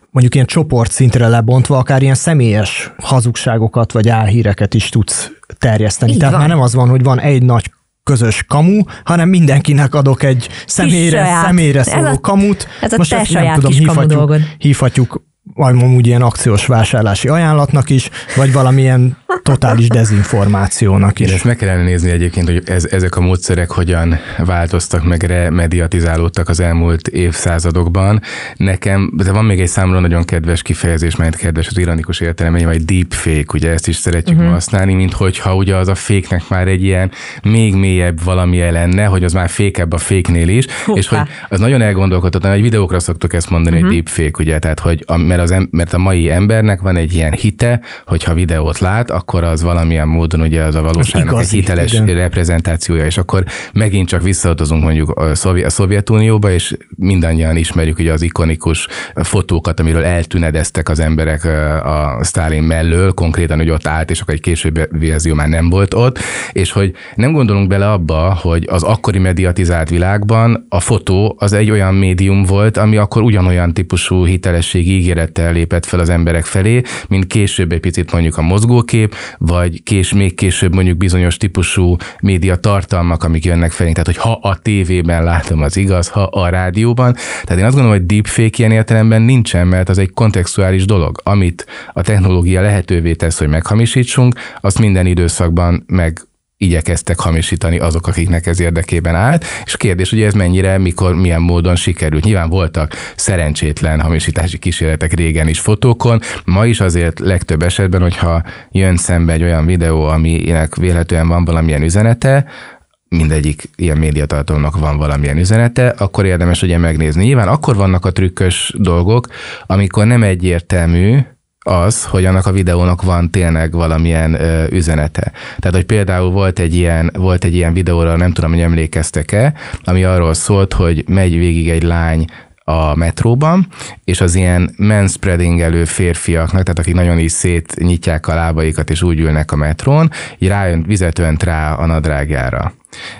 mondjuk ilyen csoportszintre lebontva, akár ilyen személyes hazugságokat vagy álhíreket is tudsz terjeszteni. Így Tehát van. már nem az van, hogy van egy nagy közös kamu, hanem mindenkinek adok egy személyre szóló kamut. Ez a most te ezt nem saját tudom, kis kamu dolgod. hívhatjuk úgy ilyen akciós vásárlási ajánlatnak is, vagy valamilyen totális dezinformációnak is. Ezt meg kellene nézni egyébként, hogy ezek a módszerek hogyan változtak meg, remediatizálódtak az elmúlt évszázadokban. Nekem, de van még egy számomra nagyon kedves kifejezés, mert kedves az ironikus értelemben, vagy deepfake, ugye ezt is szeretjük használni, mint hogyha ugye az a fake-nek már egy ilyen még mélyebb valamilyen lenne, hogy az már fake-ebb a fake-nél is, és hogy az nagyon elgondolkodtatlan, hogy videókra szoktuk ezt mondani, hogy deepfake, ugye, tehát hogy mert a mai embernek van egy ilyen hite, hogyha videót lát, akkor az valamilyen módon ugye az a valóságnak igazi, egy hiteles reprezentációja, és akkor megint csak visszautazunk mondjuk a Szovjetunióba, és mindannyian ismerjük ugye az ikonikus fotókat, amiről eltünedeztek az emberek a Sztálin mellől, konkrétan, hogy ott állt, és akkor egy későbbi verzió már nem volt ott, és hogy nem gondolunk bele abba, hogy az akkori mediatizált világban a fotó az egy olyan médium volt, ami akkor ugyanolyan típusú hitelességi ígérettel lépett fel az emberek felé, mint később egy picit mondjuk a mozgókép, vagy még később mondjuk bizonyos típusú média tartalmak, amik jönnek felénk. Tehát, hogy ha a tévében látom, az igaz, ha a rádióban. Tehát én azt gondolom, hogy deepfake ilyen értelemben nincsen, mert az egy kontextuális dolog. Amit a technológia lehetővé tesz, hogy meghamisítsunk, azt minden időszakban igyekeztek hamisítani azok, akiknek ez érdekében állt, és kérdés, hogy ez mennyire, mikor, milyen módon sikerült. Nyilván voltak szerencsétlen hamisítási kísérletek régen is fotókon, ma is azért legtöbb esetben, hogyha jön szembe egy olyan videó, aminek véletlenül van valamilyen üzenete, mindegyik ilyen médiatartalomnak van valamilyen üzenete, akkor érdemes ugye megnézni. Nyilván akkor vannak a trükkös dolgok, amikor nem egyértelmű az, hogy annak a videónak van tényleg valamilyen üzenete. Tehát, hogy például volt egy ilyen videóra, nem tudom, hogy emlékeztek-e, ami arról szólt, hogy megy végig egy lány a metróban, és az ilyen manspreadingelő férfiaknak, tehát akik nagyon is szétnyitják a lábaikat, és úgy ülnek a metrón, így vizet önt rá a nadrágjára.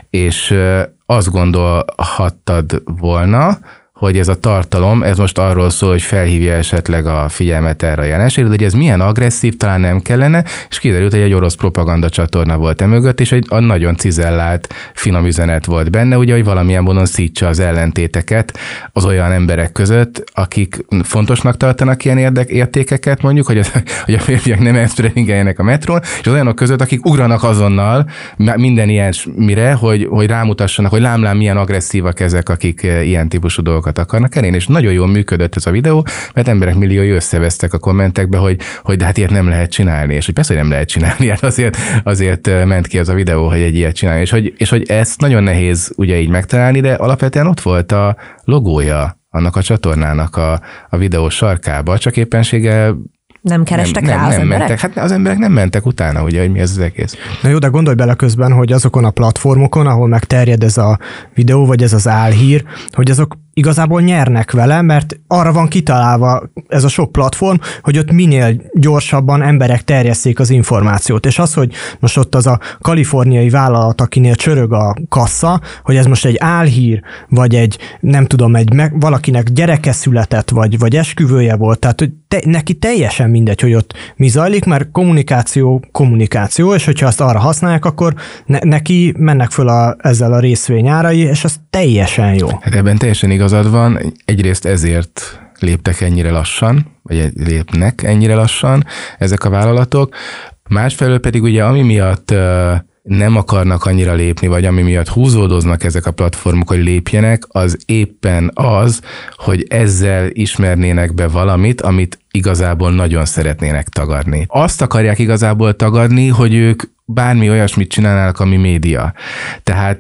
És azt gondolhattad volna, hogy ez a tartalom, ez most arról szól, hogy felhívja esetleg a figyelmet erre a jelenségre, hogy ez milyen agresszív, talán nem kellene, és kiderült, hogy egy orosz propaganda csatorna volt emögött, és egy nagyon cizellált, finom üzenet volt benne, ugye, hogy valamilyen módon szítsa az ellentéteket az olyan emberek között, akik fontosnak tartanak ilyen értékeket, mondjuk, hogy a férfiak nem spreadingeljenek a metrón, és az olyanok között, akik ugranak azonnal minden ilyesmire, hogy rámutassanak, hogy lám milyen agresszívak ezek, akik ilyen típusú dolgokat akarnak elérni, és nagyon jól működött ez a videó, mert emberek milliói összevesztek a kommentekbe, hogy de hát ilyet nem lehet csinálni, és hogy persze, hogy nem lehet csinálni, hát azért ment ki az a videó, hogy egy ilyet csinálni, és hogy ezt nagyon nehéz ugye így megtalálni, de alapvetően ott volt a logója annak a csatornának a videó sarkába, csak éppenséggel nem kerestek rá az emberek? Mentek. Hát az emberek nem mentek utána, ugye, hogy mi ez az egész. Na jó, de gondolj bele közben, hogy azokon a platformokon, ahol megterjed ez a videó, vagy ez az álhír, hogy azok igazából nyernek vele, mert arra van kitalálva ez a sok platform, hogy ott minél gyorsabban emberek terjesszék az információt. És az, hogy most ott az a kaliforniai vállalat, akinél csörög a kassa, hogy ez most egy álhír, vagy egy, nem tudom, valakinek gyereke született, vagy esküvője volt, tehát hogy neki teljesen mindegy, hogy ott mi zajlik, mert kommunikáció, és hogyha azt arra használják, akkor neki mennek föl ezzel a részvényárai, és az teljesen jó. Hát ebben teljesen igazad van. Egyrészt ezért léptek ennyire lassan, vagy lépnek ennyire lassan ezek a vállalatok. Másfelől pedig ugye ami miatt nem akarnak annyira lépni, vagy ami miatt húzódoznak ezek a platformok, hogy lépjenek, az éppen az, hogy ezzel ismernének be valamit, amit igazából nagyon szeretnének tagadni. Azt akarják igazából tagadni, hogy ők bármi olyasmit csinálnának, ami média. Tehát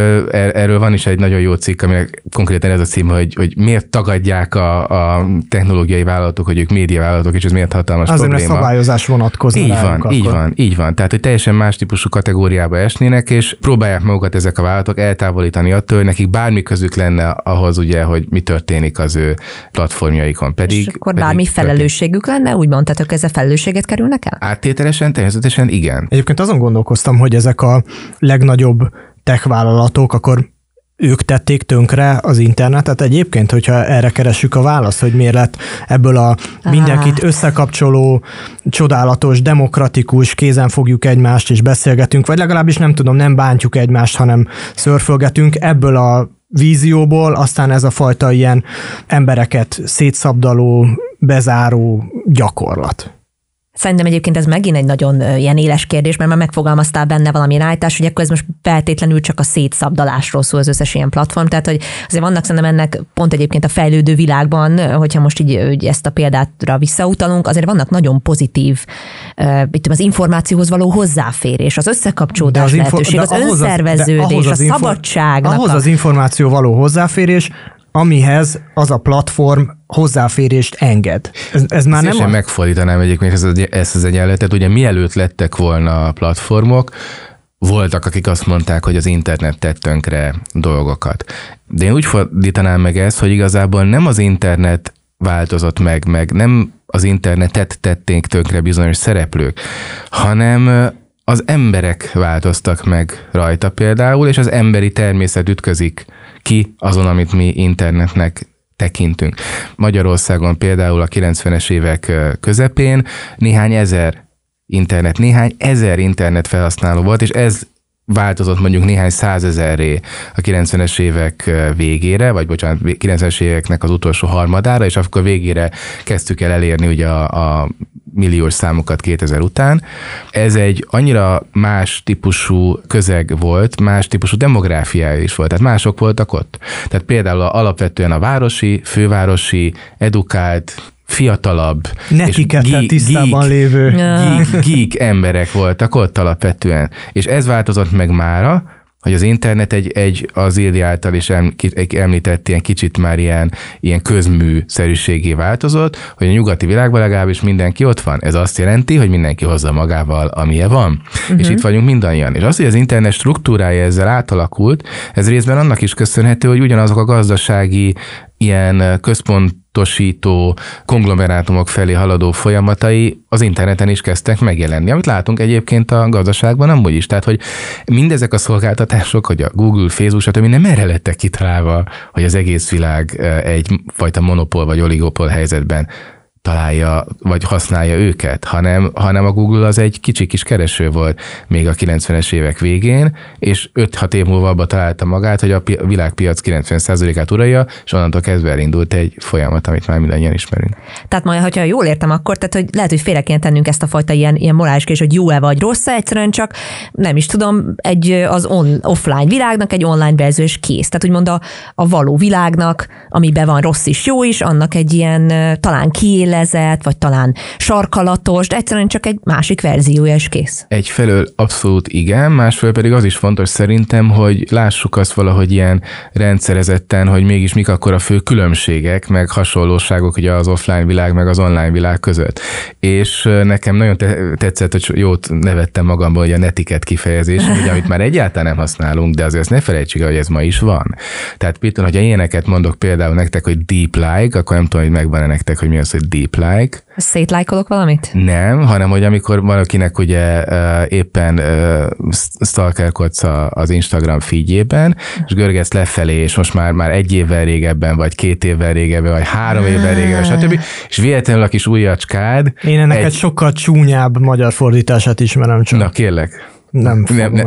erről van is egy nagyon jó cikk, aminek konkrétan ez a cím, hogy miért tagadják a technológiai vállalatok, hogy ők médiavállalatok, és ez miért hatalmas probléma. Azért, mert szabályozás vonatkozna rájuk. Így van. Tehát, hogy teljesen más típusú kategóriába esnének, és próbálják magukat ezek a vállalatok eltávolítani attól, hogy nekik bármi közük lenne ahhoz, ugye, hogy mi történik az ő platformjaikon. És akkor bármi felelősségük lenne, úgy mondtátok, ezzel felelősséget kerülnek el? Áttételesen, természetesen igen. Egyébként azon gondolkoztam, hogy ezek a legnagyobb tech vállalatok akkor ők tették tönkre az internetet egyébként, hogyha erre keressük a választ, hogy miért lett ebből a mindenkit összekapcsoló, csodálatos, demokratikus, kézen fogjuk egymást és beszélgetünk, vagy legalábbis nem tudom, nem bántjuk egymást, hanem szörfölgetünk ebből a vízióból, aztán ez a fajta ilyen embereket szétszabdaló, bezáró gyakorlat. Szerintem egyébként ez megint egy nagyon ilyen éles kérdés, mert már megfogalmaztál benne valami rájtás, hogy akkor ez most feltétlenül csak a szétszabdalásról szól az összes ilyen platform, tehát hogy azért vannak szerintem ennek pont egyébként a fejlődő világban, hogyha most így ezt a példátra visszautalunk, azért vannak nagyon pozitív, az információhoz való hozzáférés, az összekapcsolódás lehetőség, az önszerveződés, a szabadságnak. Ahhoz az információ való hozzáférés, amihez az a platform hozzáférést enged. Ez már nem... Szépen megfordítanám egyébként ezt az egyenletet. Ugye mielőtt lettek volna a platformok, voltak, akik azt mondták, hogy az internet tett tönkre dolgokat. De én úgy fordítanám meg ezt, hogy igazából nem az internet változott meg nem az internetet tették tönkre bizonyos szereplők, hanem az emberek változtak meg rajta például, és az emberi természet ütközik ki azon, amit mi internetnek tekintünk. Magyarországon például a 90-es évek közepén néhány ezer internet felhasználó volt, és ez változott mondjuk néhány százezerré a 90-es évek végére, vagy 90-es éveknek az utolsó harmadára, és akkor végére kezdtük el elérni ugye a milliós számokat 2000 után. Ez egy annyira más típusú közeg volt, más típusú demográfiája is volt, tehát mások voltak ott. Tehát például alapvetően a városi, fővárosi, edukált, fiatalabb, nekik tisztában lévő geek emberek voltak ott alapvetően. És ez változott meg mára, hogy az internet az Ildi által is említett ilyen kicsit már ilyen közműszerűségé változott, hogy a nyugati világban legalábbis mindenki ott van. Ez azt jelenti, hogy mindenki hozza magával, amilyen van. És itt vagyunk mindannyian. És az, hogy az internet struktúrája ezzel átalakult, ez részben annak is köszönhető, hogy ugyanazok a gazdasági ilyen központosító konglomerátumok felé haladó folyamatai az interneten is kezdtek megjelenni, amit látunk egyébként a gazdaságban amúgy is. Tehát, hogy mindezek a szolgáltatások, hogy a Google, Facebook, stb. Nem erre lettek kitalálva, hogy az egész világ egyfajta monopól vagy oligopol helyzetben találja, vagy használja őket, hanem a Google az egy kicsi kis kereső volt még a 90-es évek végén, és 5-6 év múlva abba találta magát, hogy a világpiac 90%-át uralja, és onnantól kezdve elindult egy folyamat, amit már mindannyian ismerünk. Tehát majd, hogyha jól értem akkor, tehát hogy lehet, hogy félre kéne tennünk ezt a fajta ilyen morális kérdés, hogy jó-e vagy rossz-e, egyszerűen csak nem is tudom, az offline világnak egy online verzió és kész. Tehát úgymond a való világnak, amiben van rossz is, jó is, annak egy ilyen talán kiélezett, vagy talán sarkalatos, de egyszerűen csak egy másik verziója is kész. Egyfelől abszolút igen, másfelől pedig az is fontos szerintem, hogy lássuk azt valahogy ilyen rendszerezetten, hogy mégis mik akkor a fő különbségek, meg hasonlóságok ugye az offline világ, meg az online világ között. És nekem nagyon tetszett, hogy jót nevettem magamból, hogy a netiket kifejezés, ugye, amit már egyáltalán nem használunk, de azért ezt ne felejtsük el, hogy ez ma is van. Tehát például, hogyha ilyeneket mondok például nektek, hogy deep like, akkor nem tudom, hogy megvan-e nektek, hogy mi az, hogy deep like. Szétlájkolok valamit? Nem, hanem hogy amikor valakinek ugye éppen stalkerkodsz az Instagram feedjében, és görgetsz lefelé, és most már 1 évvel régebben, vagy 2 évvel régebben, vagy 3 évvel régebben, stb. És véletlenül a kis ujjacskád. Én ennek egy sokkal csúnyább magyar fordítását ismerem csak. Na kérlek. Nem.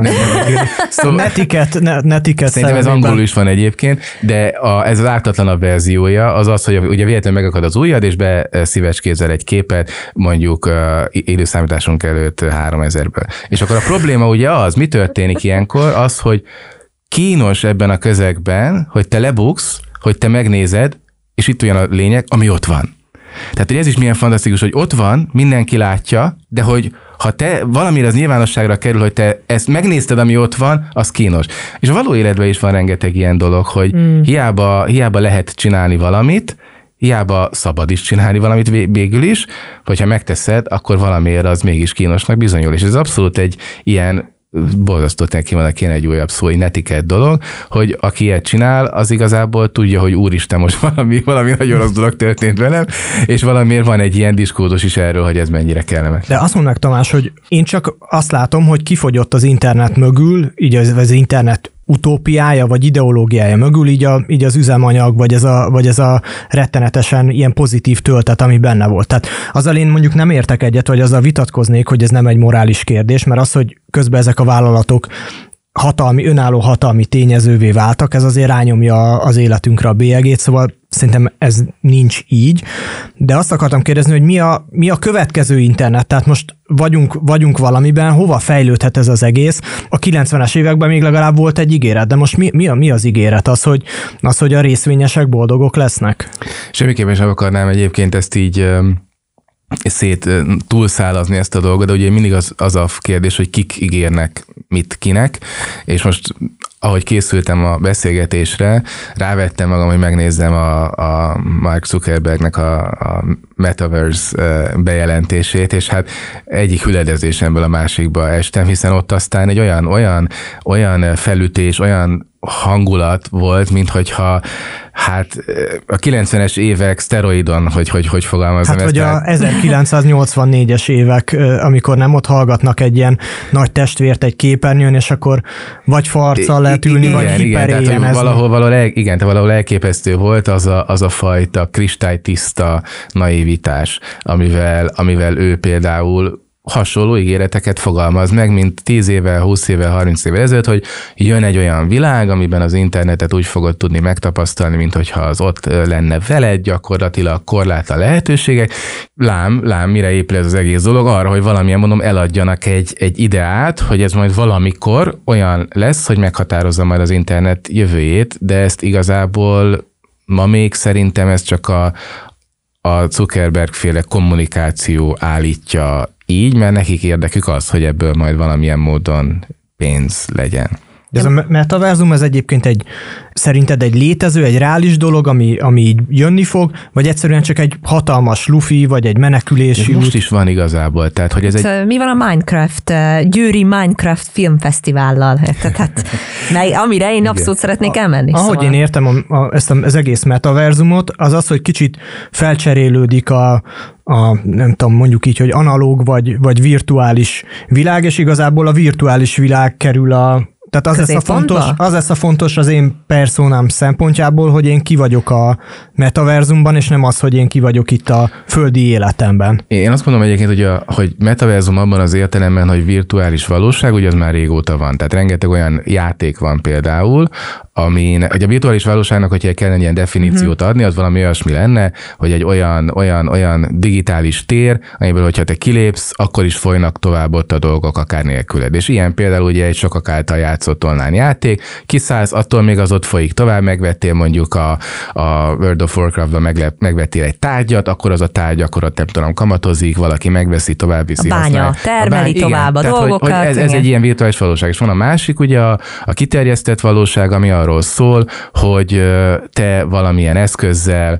Szóval netiket szerintem ez angolul is van egyébként, de ez az ártatlanabb verziója az, hogy ugye véletlenül megakad az ujjad, és beszívecskézel egy képet, mondjuk élőszámításunk előtt 3000-ből. És akkor a probléma ugye az, mi történik ilyenkor, az, hogy kínos ebben a közegben, hogy te lebuksz, hogy te megnézed, és itt olyan a lényeg, ami ott van. Tehát, hogy ez is milyen fantasztikus, hogy ott van, mindenki látja, de hogy ha te valamire az nyilvánosságra kerül, hogy te ezt megnézted, ami ott van, az kínos. És a való életben is van rengeteg ilyen dolog, hogy hiába lehet csinálni valamit, hiába szabad is csinálni valamit végül is, hogyha megteszed, akkor valamiért az mégis kínosnak bizonyul. És ez abszolút egy ilyen borzasztó kéne egy újabb szó, egy netiket dolog, hogy aki ilyet csinál, az igazából tudja, hogy úristen, most valami nagyon rossz dolog történt velem, és valamiért van egy ilyen diskurzus is erről, hogy ez mennyire kellemes. De azt mondják, Tamás, hogy én csak azt látom, hogy kifogyott az internet mögül, így az internet utópiája, vagy ideológiája mögül így az üzemanyag, vagy ez a rettenetesen ilyen pozitív töltet, ami benne volt. Tehát azzal én mondjuk nem értek egyet, vagy azzal vitatkoznék, hogy ez nem egy morális kérdés, mert az, hogy közben ezek a vállalatok önálló hatalmi tényezővé váltak, ez azért rányomja az életünkre a bélyegét, szóval szerintem ez nincs így. De azt akartam kérdezni, hogy mi a következő internet? Tehát most vagyunk valamiben, hova fejlődhet ez az egész? A 90-es években még legalább volt egy ígéret, de most mi az ígéret? Az, hogy a részvényesek boldogok lesznek? Semmiképpen sem akarnám egyébként ezt így túlszálazni ezt a dolgot, de ugye mindig az a kérdés, hogy kik ígérnek mit kinek, és most ahogy készültem a beszélgetésre, rávettem magam, hogy megnézzem a Mark Zuckerbergnek a Metaverse bejelentését, és hát egyik hüledezésemből a másikba estem, hiszen ott aztán egy olyan felütés, olyan hangulat volt, minthogyha hát a 90-es évek szteroidon, hogy fogalmazom ezt. Hát, vagy a 1984-es évek, amikor nem ott hallgatnak egy ilyen nagy testvért egy képernyőn, és akkor vagy farccal lehet ülni, vagy hiperélyenezni. Valahol elképesztő volt az a fajta kristálytiszta naivitás, amivel ő például hasonló ígéreteket fogalmaz meg, mint 10 évvel, 20 évvel, 30 évvel ezelőtt, hogy jön egy olyan világ, amiben az internetet úgy fogod tudni megtapasztalni, mint hogyha az ott lenne veled, gyakorlatilag korlátlan lehetőségek. Lám, mire épül ez az egész dolog? Arra, hogy valamilyen mondom eladjanak egy ideát, hogy ez majd valamikor olyan lesz, hogy meghatározza majd az internet jövőjét, de ezt igazából ma még szerintem ez csak a Zuckerberg-féle kommunikáció állítja így, mert nekik érdekük az, hogy ebből majd valamilyen módon pénz legyen. De ez a metaverzum, ez egyébként szerinted egy létező, egy reális dolog, ami így jönni fog, vagy egyszerűen csak egy hatalmas lufi, vagy egy menekülési most is van igazából, tehát hogy ez egy... Mi van a Minecraft, Győri Minecraft filmfesztivállal? Tehát, amire én abszolút szeretnék elmenni. Ahogy szóval. Én értem ezt az egész metaverzumot, az, hogy kicsit felcserélődik a nem tudom, mondjuk így, hogy analóg vagy virtuális világ, és igazából a virtuális világ kerül tehát az lesz a fontos az én personám szempontjából, hogy én ki vagyok a metaverzumban, és nem az, hogy én ki vagyok itt a földi életemben. Én azt mondom egyébként, hogy metaverzum abban az értelemben, hogy virtuális valóság, ugye az már régóta van. Tehát rengeteg olyan játék van például, hogy a virtuális valóságnak, hogyha kellene ilyen definíciót adni, az valami olyasmi lenne, hogy egy olyan digitális tér, amiből, hogyha te kilépsz, akkor is folynak tovább ott a dolgok akár nélküled. És ilyen például ugye egy sokak által játszott online játék, kiszállsz, attól még az ott folyik tovább, megvettél mondjuk a World of Warcraft-ban megvettél egy tárgyat, akkor az a tárgy akkor ott nem tudom, kamatozik, valaki megveszi, tovább viszi. A bánya termeli tovább a dolgokat. Ez egy ilyen virtuális valóság. És van a másik, ugye a kiterjesztett valóság, ami arról szól, hogy te valamilyen eszközzel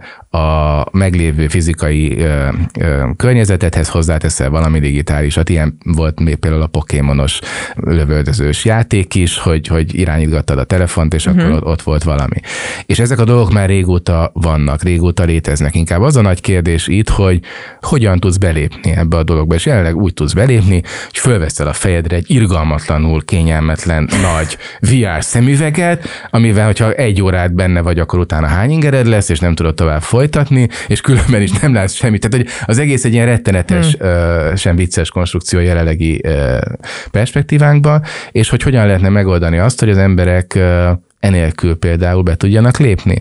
a meglévő fizikai környezetedhez hozzáteszel valami digitálisat. Ilyen volt még például a Pokémonos lövöldözős játék is, hogy irányítgattad a telefont, és akkor ott volt valami. És ezek a dolgok már régóta vannak, régóta léteznek. Inkább az a nagy kérdés itt, hogy hogyan tudsz belépni ebbe a dologba, és jelenleg úgy tudsz belépni, hogy fölveszel a fejedre egy irgalmatlanul kényelmetlen nagy VR szemüveget, amivel, hogyha 1 órát benne vagy, akkor utána hány ingered lesz, és nem tudod tovább folytatni, és különben is nem látsz semmit. Tehát, hogy az egész egy ilyen rettenetes, sem vicces konstrukció jelenlegi perspektívánkban, és hogy hogyan lehetne megoldani azt, hogy az emberek enélkül például be tudjanak lépni.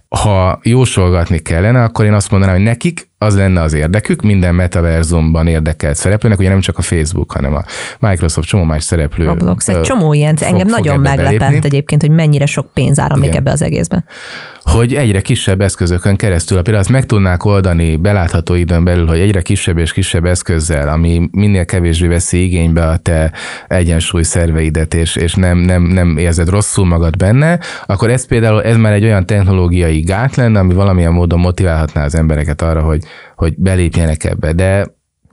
Ha jósolgatni kellene, akkor én azt mondanám, hogy nekik az lenne az érdekük, minden metaverzumban érdekelt szereplőnek, ugye nem csak a Facebook, hanem a Microsoft, csomó más szereplő. Roblox, egy csomó ilyen, engem nagyon meglepett egyébként, hogy mennyire sok pénz áramlik ebbe az egészben. Hogy egyre kisebb eszközökön keresztül, például azt meg tudnák oldani belátható időn belül, hogy egyre kisebb és kisebb eszközzel, ami minél kevésbé veszi igénybe a te egyensúly szerveidet, és nem érzed rosszul magad benne, akkor ez már egy olyan technológiai gát lenne, ami valamilyen módon motiválhatná az embereket arra, hogy belépjenek ebbe. De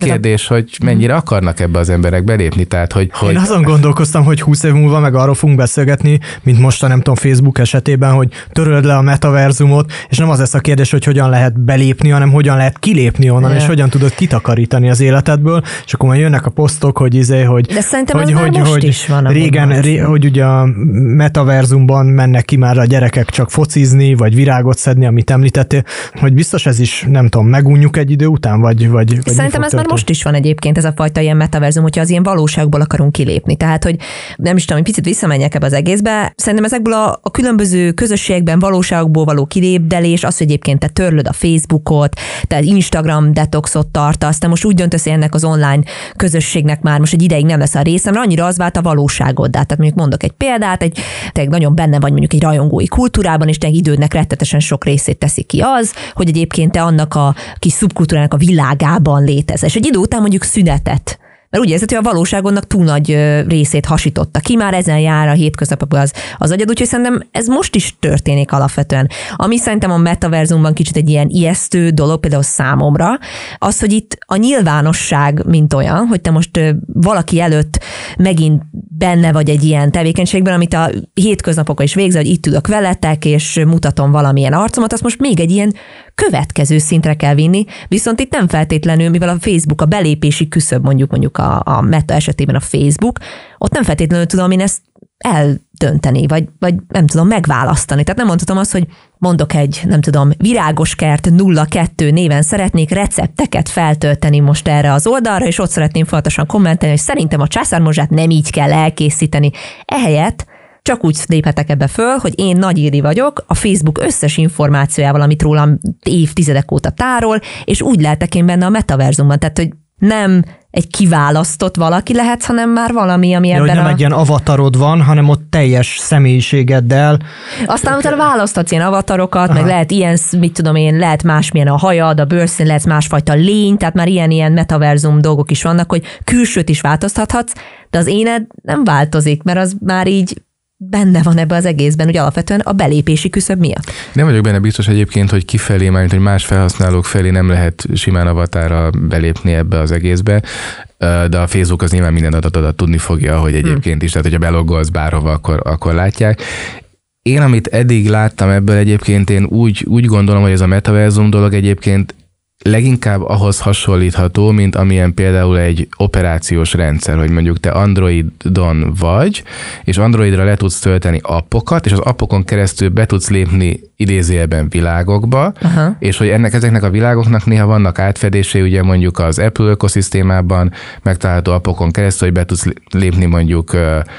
Kérdés, hogy mennyire akarnak ebbe az emberek belépni, tehát hogy... Én azon gondolkoztam, hogy 20 év múlva meg arról fogunk beszélgetni, mint most a nem tudom Facebook esetében, hogy töröld le a metaverzumot, és nem az lesz a kérdés, hogy hogyan lehet belépni, hanem hogyan lehet kilépni onnan, és hogyan tudod kitakarítani az életedből, és akkor majd jönnek a posztok, hogy de szerintem most is van. Régen, hogy ugye a metaverzumban mennek ki már a gyerekek csak focizni, vagy virágot szedni, amit említettél, hogy biztos ez is, nem tudom, megunjuk egy idő után, vagy szerintem ez már most is van egyébként ez a fajta ilyen metaverzum, hogyha az ilyen valóságból akarunk kilépni. Tehát, hogy nem is tudom, hogy picit visszamenjek ebbe az egészbe. Szerintem ezekből a különböző közösségekben, valóságból való kilépdelés, az, hogy egyébként te törlöd a Facebookot, te Instagram detoxot tartasz, te most úgy döntesz, hogy ennek az online közösségnek már most egy ideig nem lesz a részem, mert annyira az vált a valóságoddá. Tehát mondjuk mondok egy példát, te nagyon benne vagy mondjuk egy rajongói kultúrában, és te idődnek rettetesen sok részét teszi ki az, hogy egyébként te annak a kis szubkultúrának a világában létezel. És egy idő után mondjuk szünetet. Mert úgy érzed, hogy a valóságonnak túl nagy részét hasította ki, már ezen jár a hétköznapokban az agyad, úgyhogy szerintem ez most is történik alapvetően. Ami szerintem a metaverzumban kicsit egy ilyen ijesztő dolog, például számomra, az, hogy itt a nyilvánosság mint olyan, hogy te most valaki előtt megint benne vagy egy ilyen tevékenységben, amit a hétköznapokon is végzel, hogy itt ülök veletek, és mutatom valamilyen arcomat, azt most még egy ilyen következő szintre kell vinni, viszont itt nem feltétlenül, mivel a Facebook a belépési küszöb, mondjuk a Meta esetében a Facebook, ott nem feltétlenül tudom én ezt eldönteni, vagy nem tudom megválasztani. Tehát nem mondhatom azt, hogy mondok egy, nem tudom, Virágoskert 02 néven szeretnék recepteket feltölteni most erre az oldalra, és ott szeretném folyamatosan kommentelni, hogy szerintem a császármorzsát nem így kell elkészíteni. Ehelyett csak úgy léphetek ebbe föl, hogy én Nagy Ildi vagyok, a Facebook összes információjával, amit rólam évtizedek óta tárol, és úgy lehetek én benne a metaverzumban. Tehát, hogy nem egy kiválasztott valaki lehetsz, hanem már valami, ami ebben nem egy ilyen avatarod van, hanem ott teljes személyiségeddel. Aztán utána választhatsz ilyen avatarokat, meg lehet ilyen, mit tudom én, lehet másmilyen a hajad, a bőrszín, lehet másfajta lény, tehát már ilyen metaverzum dolgok is vannak, hogy külsőt is változtathatsz, de az éned nem változik, mert az már így benne van ebbe az egészben, hogy alapvetően a belépési küszöb miatt. Nem vagyok benne biztos egyébként, hogy kifelé, mármint, hogy más felhasználók felé nem lehet simán avatára belépni ebbe az egészbe, de a Facebook az nyilván minden adatodat tudni fogja, hogy egyébként is, tehát hogyha beloggolsz bárhova, akkor látják. Én, amit eddig láttam ebből egyébként, én úgy gondolom, hogy ez a metaverzum dolog egyébként leginkább ahhoz hasonlítható, mint amilyen például egy operációs rendszer, hogy mondjuk te Androidon vagy, és Androidra le tudsz tölteni appokat, és az appokon keresztül be tudsz lépni idézőjelben világokba, és hogy ezeknek a világoknak néha vannak átfedései, ugye mondjuk az Apple ökoszisztémában megtalálható appokon keresztül, hogy be tudsz lépni mondjuk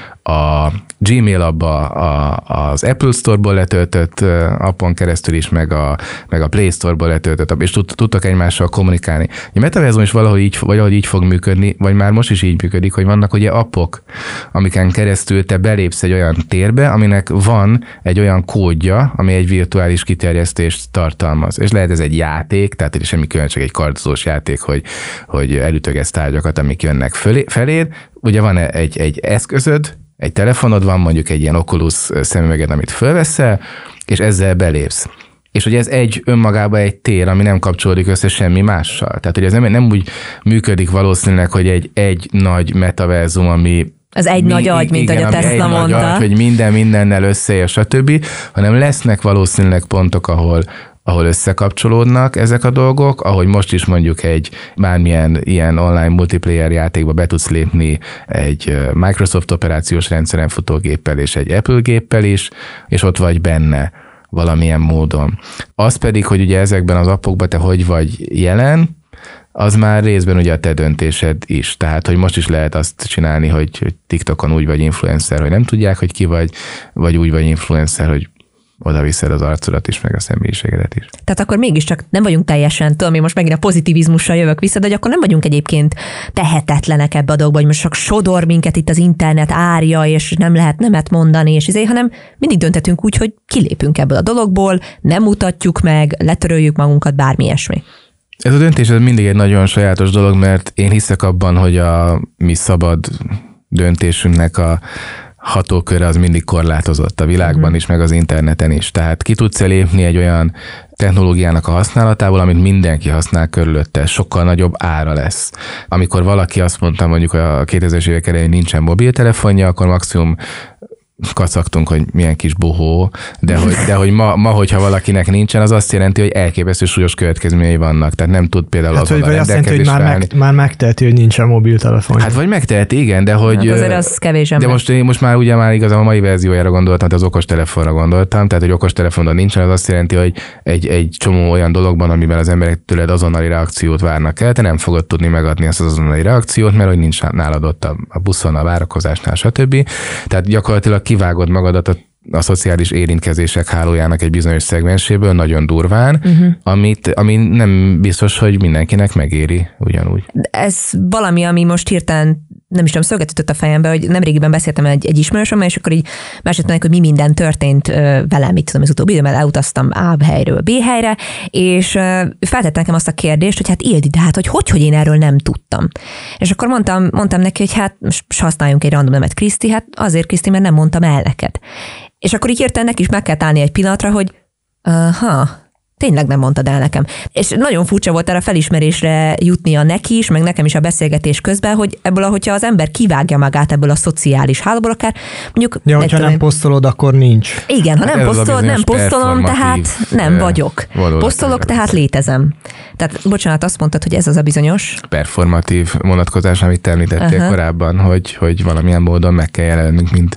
a Gmail abba az Apple Store-ból letöltött appon keresztül is, meg a Play Store-ból letöltött, és tudtak egymással kommunikálni. A metaverzum is valahogy így fog működni, vagy már most is így működik, hogy vannak ugye appok, amiken keresztül te belépsz egy olyan térbe, aminek van egy olyan kódja, ami egy virtuális kiterjesztést tartalmaz. És lehet ez egy játék, tehát ez semmi külön, csak egy kardozós játék, hogy elütögetsz tárgyakat, amik jönnek feléd. Ugye van egy eszközöd, egy telefonod van, mondjuk egy ilyen Oculus szemüveged, amit fölveszel, és ezzel belépsz. És hogy ez önmagában egy tér, ami nem kapcsolódik össze semmi mással. Tehát, hogy ez nem úgy működik valószínűleg, hogy egy nagy metaverzum, ami az egy nagy agy, mint ahogy a Tesla mondta. Agy, hogy mindennel összeér, stb., hanem lesznek valószínűleg pontok, ahol összekapcsolódnak ezek a dolgok, ahogy most is mondjuk egy bármilyen ilyen online multiplayer játékba be tudsz lépni egy Microsoft operációs rendszeren futó géppel és egy Apple géppel is, és ott vagy benne valamilyen módon. Az pedig, hogy ugye ezekben az appokban te hogy vagy jelen, az már részben ugye a te döntésed is. Tehát, hogy most is lehet azt csinálni, hogy TikTokon úgy vagy influencer, hogy nem tudják, hogy ki vagy úgy vagy influencer, hogy oda viszed az arcodat is, meg a személyiségedet is. Tehát akkor mégiscsak nem vagyunk teljesen, tudom, én most megint a pozitivizmussal jövök vissza, de akkor nem vagyunk egyébként tehetetlenek ebbe a dolgba, hogy most csak sodor minket itt az internet árja, és nem lehet nemet mondani, és hanem mindig döntetünk úgy, hogy kilépünk ebből a dologból, nem mutatjuk meg, letöröljük magunkat, bármi ilyesmi. Ez a döntés ez mindig egy nagyon sajátos dolog, mert én hiszek abban, hogy a mi szabad döntésünknek a hatóköre az mindig korlátozott a világban is, meg az interneten is. Tehát ki tudsz lépni egy olyan technológiának a használatából, amit mindenki használ körülötte, sokkal nagyobb ára lesz. Amikor valaki azt mondta, mondjuk a 2000-es évek elején nincsen mobiltelefonja, akkor maximum kacagtunk, hogy milyen kis bohó, de hogy ma, hogyha valakinek nincsen, az azt jelenti, hogy elképesztő súlyos következményei vannak. Tehát nem tud például azonnal rendelkezésre állni. Már megteheti, hogy nincsen mobiltelefon. Hát vagy megteheti, igen, de hogy... Hát azért az kevés ember. De most már igazából a mai verziójára gondoltam, tehát az okostelefonra gondoltam, tehát hogy okostelefonban nincsen, az azt jelenti, hogy egy csomó olyan dologban, amiben az emberek tőled azonnali reakciót várnak el, te nem fogod tudni megadni ezt az azonnali reakciót, mert hogy nincs nálad ott a buszon, a várakozásnál, stb. Tehát gyakorlatilag kivágod magadat a szociális érintkezések hálójának egy bizonyos szegmenséből nagyon durván, ami nem biztos, hogy mindenkinek megéri ugyanúgy. Ez valami, ami most hirtelen nem is tudom, szögetített a fejembe, hogy nemrégiben beszéltem egy ismerősömmel, és akkor így meséltem, hogy mi minden történt velem, mit tudom, az utóbbi időben elutaztam A helyről B helyre, és feltett nekem azt a kérdést, hogy hát Ildi, de hát hogy én erről nem tudtam. És akkor mondtam neki, hogy hát most használjunk egy random nevet, Kriszti, hát azért Kriszti, mert nem mondtam el neked. És akkor így hirtelen neki is meg kell állni egy pillanatra, hogy tényleg nem mondtad el nekem. És nagyon furcsa volt erre felismerésre jutnia neki is, meg nekem is a beszélgetés közben, hogy ebből, hogyha az ember kivágja magát ebből a szociális hálóból, akár mondjuk... Ja, hogyha nem posztolod, akkor nincs. Igen, ha nem posztolod, nem posztolom, tehát nem vagyok. Posztolok, tehát létezem. Tehát, bocsánat, azt mondtad, hogy ez az a bizonyos... performatív vonatkozás, amit említettél korábban, hogy valamilyen módon meg kell jelennünk, mint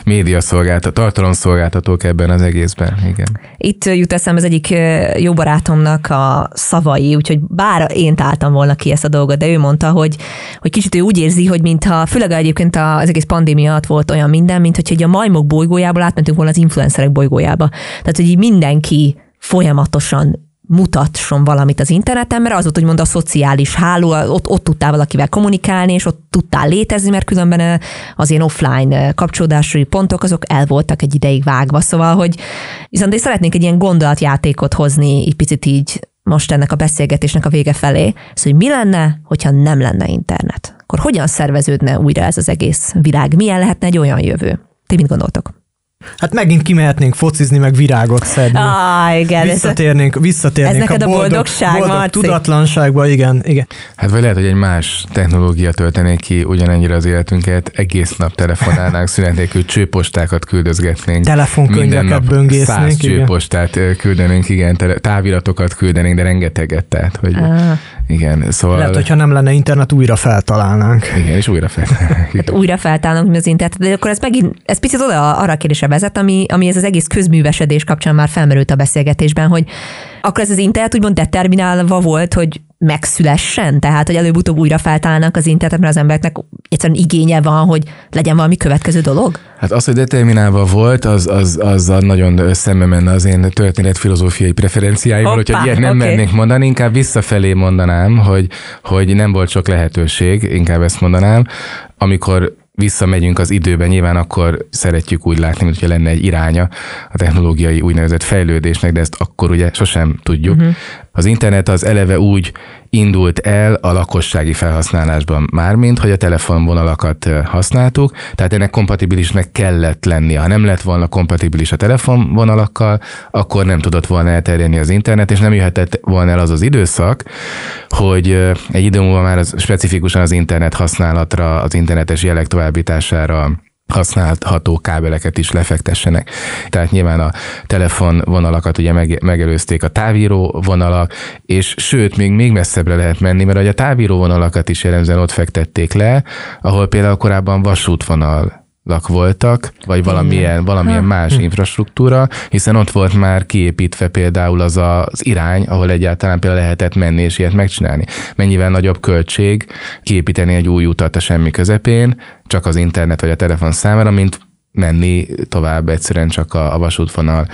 tartalomszolgáltatók ebben az egészben. Igen. Itt jut eszembe az egyik jó barátomnak a szavai, úgyhogy bár én találtam volna ki ezt a dolgot, de ő mondta, hogy kicsit ő úgy érzi, hogy mintha, főleg egyébként az egész pandémia alatt volt olyan minden, mint hogy a majmok bolygójából átmentünk volna az influencerek bolygójába. Tehát, hogy így mindenki folyamatosan mutasson valamit az interneten, mert az volt, hogy mond a szociális háló, ott tudtál valakivel kommunikálni, és ott tudtál létezni, mert különben az ilyen offline kapcsolódási pontok, azok el voltak egy ideig vágva, szóval, hogy viszont én szeretnék egy ilyen gondolatjátékot hozni, egy picit így most ennek a beszélgetésnek a vége felé, szóval, hogy mi lenne, hogyha nem lenne internet? Akkor hogyan szerveződne újra ez az egész világ? Milyen lehetne egy olyan jövő? Ti mit gondoltok? Hát megint kimehetnénk focizni, meg virágot szedni. Igen. Visszatérnénk ez neked a boldog tudatlanságba, igen. Hát vagy lehet, hogy egy más technológia töltenék ki ugyanennyire az életünket, egész nap telefonálnánk, szünet nélkül csőpostákat küldözgetnénk. Telefonkönyveket böngésznénk. 100 csőpostát küldenénk, igen, táviratokat küldenénk, de rengeteget, tehát, hogy igen, szóval... Lehet, hogyha nem lenne internet, újra feltalálnánk. Igen, és újra feltalálnánk. Hát újra feltalálnánk az internet, de akkor ez picit arra a kérdésre vezet, ami ez az egész közművesedés kapcsán már felmerült a beszélgetésben, hogy akkor ez az internet úgymond determinálva volt, hogy megszülessen, tehát hogy előbb-utóbb újra feltalálnak az internetet, mert az embereknek egyszerűen igénye van, hogy legyen valami következő dolog? Hát az, hogy determinálva volt, az nagyon szembe menne az én történetfilozófiai preferenciáimmal, hogyha ilyet nem mernék mondani, inkább visszafelé mondanám, hogy nem volt sok lehetőség, inkább ezt mondanám, amikor visszamegyünk az időben, nyilván akkor szeretjük úgy látni, mintha lenne egy iránya a technológiai úgynevezett fejlődésnek, de ezt akkor ugye sosem tudjuk. Az internet az eleve úgy indult el a lakossági felhasználásban mármint, hogy a telefonvonalakat használtuk, tehát ennek kompatibilisnek kellett lennie. Ha nem lett volna kompatibilis a telefonvonalakkal, akkor nem tudott volna elterjedni az internet, és nem jöhetett volna el az az időszak, hogy egy idő múlva már specifikusan az internet használatra, az internetes jelek továbbítására használható kábeleket is lefektessenek. Tehát nyilván a telefonvonalakat ugye megelőzték a távíró vonalak, és sőt, még messzebbre lehet menni, mert a távíró vonalakat is jellemzően ott fektették le, ahol például korábban vasútvonal voltak, vagy valamilyen más infrastruktúra, hiszen ott volt már kiépítve például az irány, ahol egyáltalán például lehetett menni és ilyet megcsinálni. Mennyivel nagyobb költség kiépíteni egy új utat a semmi közepén, csak az internet vagy a telefon számára, mint menni tovább egyszerűen csak a vasútvonal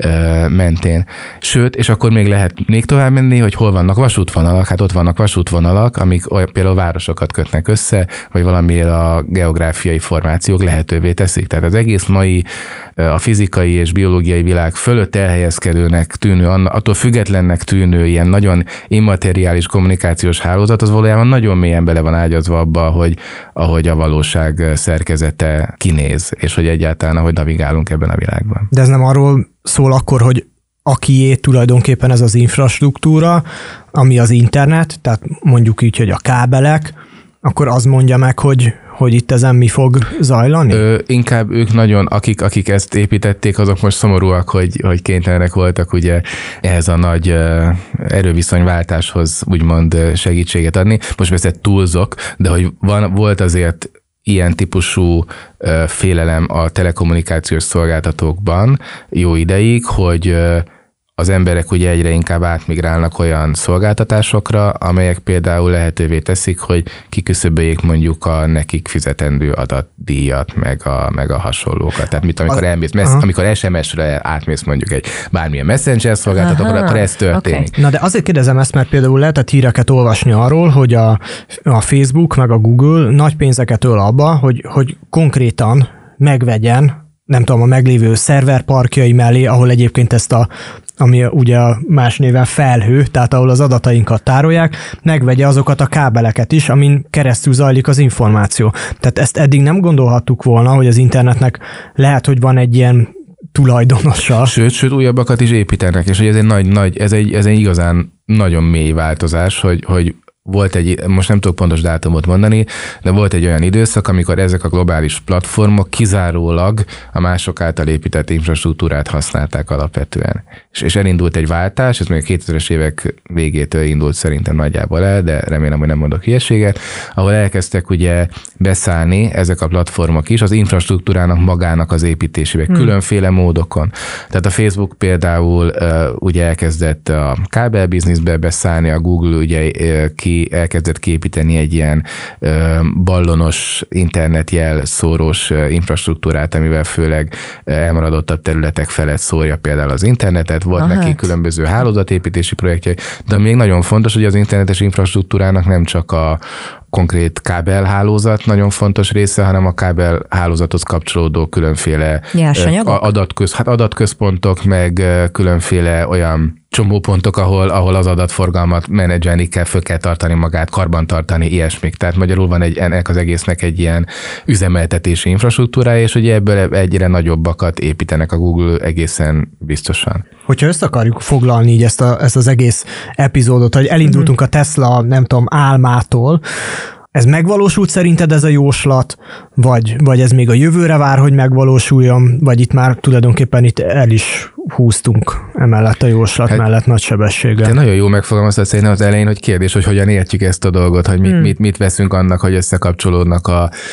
mentén. Sőt, és akkor még lehet még tovább menni, hogy hol vannak vasútvonalak. Hát ott vannak vasútvonalak, amik például városokat kötnek össze, vagy valamiért a geográfiai formációk lehetővé teszik. Tehát az egész mai a fizikai és biológiai világ fölött elhelyezkedőnek tűnő, attól függetlennek tűnő ilyen nagyon immateriális kommunikációs hálózat, az valójában nagyon mélyen bele van ágyazva abba, ahogy a valóság szerkezete kinéz, és hogy egyáltalán ahogy navigálunk ebben a világban. De ez nem arról szól akkor, hogy akié tulajdonképpen ez az infrastruktúra, ami az internet, tehát mondjuk így, hogy a kábelek, akkor az mondja meg, hogy itt ezen mi fog zajlani? Inkább ők nagyon, akik ezt építették, azok most szomorúak, hogy kénytelenek voltak ugye ehhez a nagy erőviszonyváltáshoz úgymond segítséget adni. Most persze túlzok, de hogy volt azért ilyen típusú félelem a telekommunikációs szolgáltatókban jó ideig, hogy az emberek ugye egyre inkább átmigrálnak olyan szolgáltatásokra, amelyek például lehetővé teszik, hogy kiküszöböljék mondjuk a nekik fizetendő adatdíjat, meg a hasonlókat. Tehát amikor SMS-re átmész mondjuk egy bármilyen messenger szolgáltatóra, akkor ez történik. Okay. Na de azért kérdezem ezt, mert például lehetett híreket olvasni arról, hogy a Facebook meg a Google nagy pénzeket öl abba, hogy konkrétan megvegyen, nem tudom, a meglévő szerverparkjai mellé, ahol egyébként ami ugye más néven felhő, tehát ahol az adatainkat tárolják, megvegye azokat a kábeleket is, amin keresztül zajlik az információ. Tehát ezt eddig nem gondolhattuk volna, hogy az internetnek lehet, hogy van egy ilyen tulajdonosa. Sőt, újabbakat is építenek, és hogy ez egy igazán nagyon mély változás, hogy volt most nem tudok pontos dátumot mondani, de volt egy olyan időszak, amikor ezek a globális platformok kizárólag a mások által épített infrastruktúrát használták alapvetően. És elindult egy váltás, ez még a 2000-es évek végétől indult szerintem nagyjából el, de remélem, hogy nem mondok hülyeséget, ahol elkezdtek ugye beszállni ezek a platformok is az infrastruktúrának magának az építésébe, különféle módokon. Tehát a Facebook például ugye elkezdett a kábelbizniszbe beszállni, a Google ugye elkezdett kiépíteni egy ilyen ballonos internetjel szórós infrastruktúrát, amivel főleg elmaradottabb területek felett szórja például az internetet, volt neki különböző hálózatépítési projektjei, de még nagyon fontos, hogy az internetes infrastruktúrának nem csak a konkrét kábelhálózat nagyon fontos része, hanem a kábelhálózathoz kapcsolódó különféle adatközpontok, meg különféle olyan csomópontok, ahol az adatforgalmat menedzselni kell, föl kell tartani magát, karbantartani, ilyesmik. Tehát magyarul van ennek az egésznek egy ilyen üzemeltetési infrastruktúrája, és ugye ebből egyre nagyobbakat építenek a Google egészen biztosan. Hogyha össze akarjuk foglalni így ezt az egész epizódot, hogy elindultunk a Tesla, nem tudom, álmától, ez megvalósult szerinted ez a jóslat, vagy ez még a jövőre vár, hogy megvalósuljon, vagy itt már tulajdonképpen itt el is húztunk emellett a jóslat mellett nagy sebességgel? Te nagyon jó megfogalmaztad szerintem az elején, hogy kérdés, hogy hogyan értjük ezt a dolgot, hogy mit veszünk annak, hogy összekapcsolódnak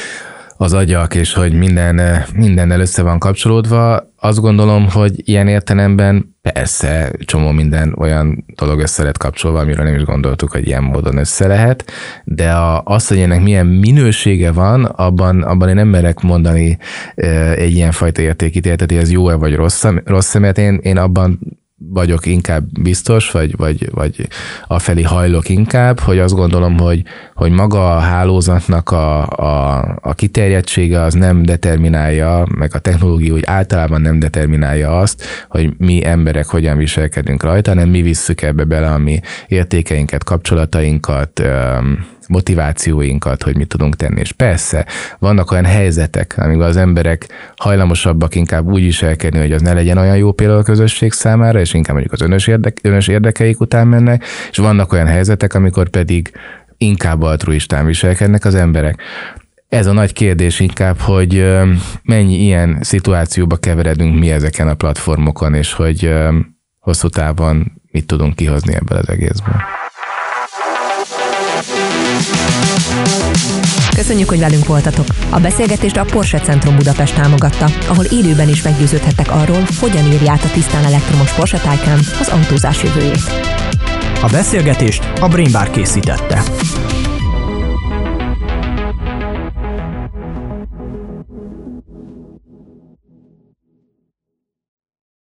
az agyak, és hogy mindennel össze van kapcsolódva. Azt gondolom, hogy ilyen értelemben persze csomó minden olyan dolog össze lett kapcsolva, amiről nem is gondoltuk, hogy ilyen módon össze lehet, de az, hogy ennek milyen minősége van, abban én nem merek mondani egy ilyen fajta értékítéletet, hogy ez jó-e vagy rossz, mert én abban vagyok inkább biztos, vagy afelé hajlok inkább, hogy azt gondolom, hogy maga a hálózatnak a kiterjedtsége az nem determinálja, meg a technológia úgy általában nem determinálja azt, hogy mi emberek hogyan viselkedünk rajta, hanem mi visszük ebbe bele a mi értékeinket, kapcsolatainkat, motivációinkat, hogy mit tudunk tenni. És persze, vannak olyan helyzetek, amikor az emberek hajlamosabbak inkább úgy viselkedni, hogy az ne legyen olyan jó például a közösség számára, és inkább mondjuk az önös érdekeik után mennek, és vannak olyan helyzetek, amikor pedig inkább altruistán viselkednek az emberek. Ez a nagy kérdés inkább, hogy mennyi ilyen szituációba keveredünk mi ezeken a platformokon, és hogy hosszú távon mit tudunk kihozni ebből az egészből. Köszönjük, hogy velünk voltatok! A beszélgetést a Porsche Centrum Budapest támogatta, ahol élőben is meggyőződhettek arról, hogyan írja át a tisztán elektromos Porsche Taycan az autózás jövőjét. A beszélgetést a Brain Bar készítette.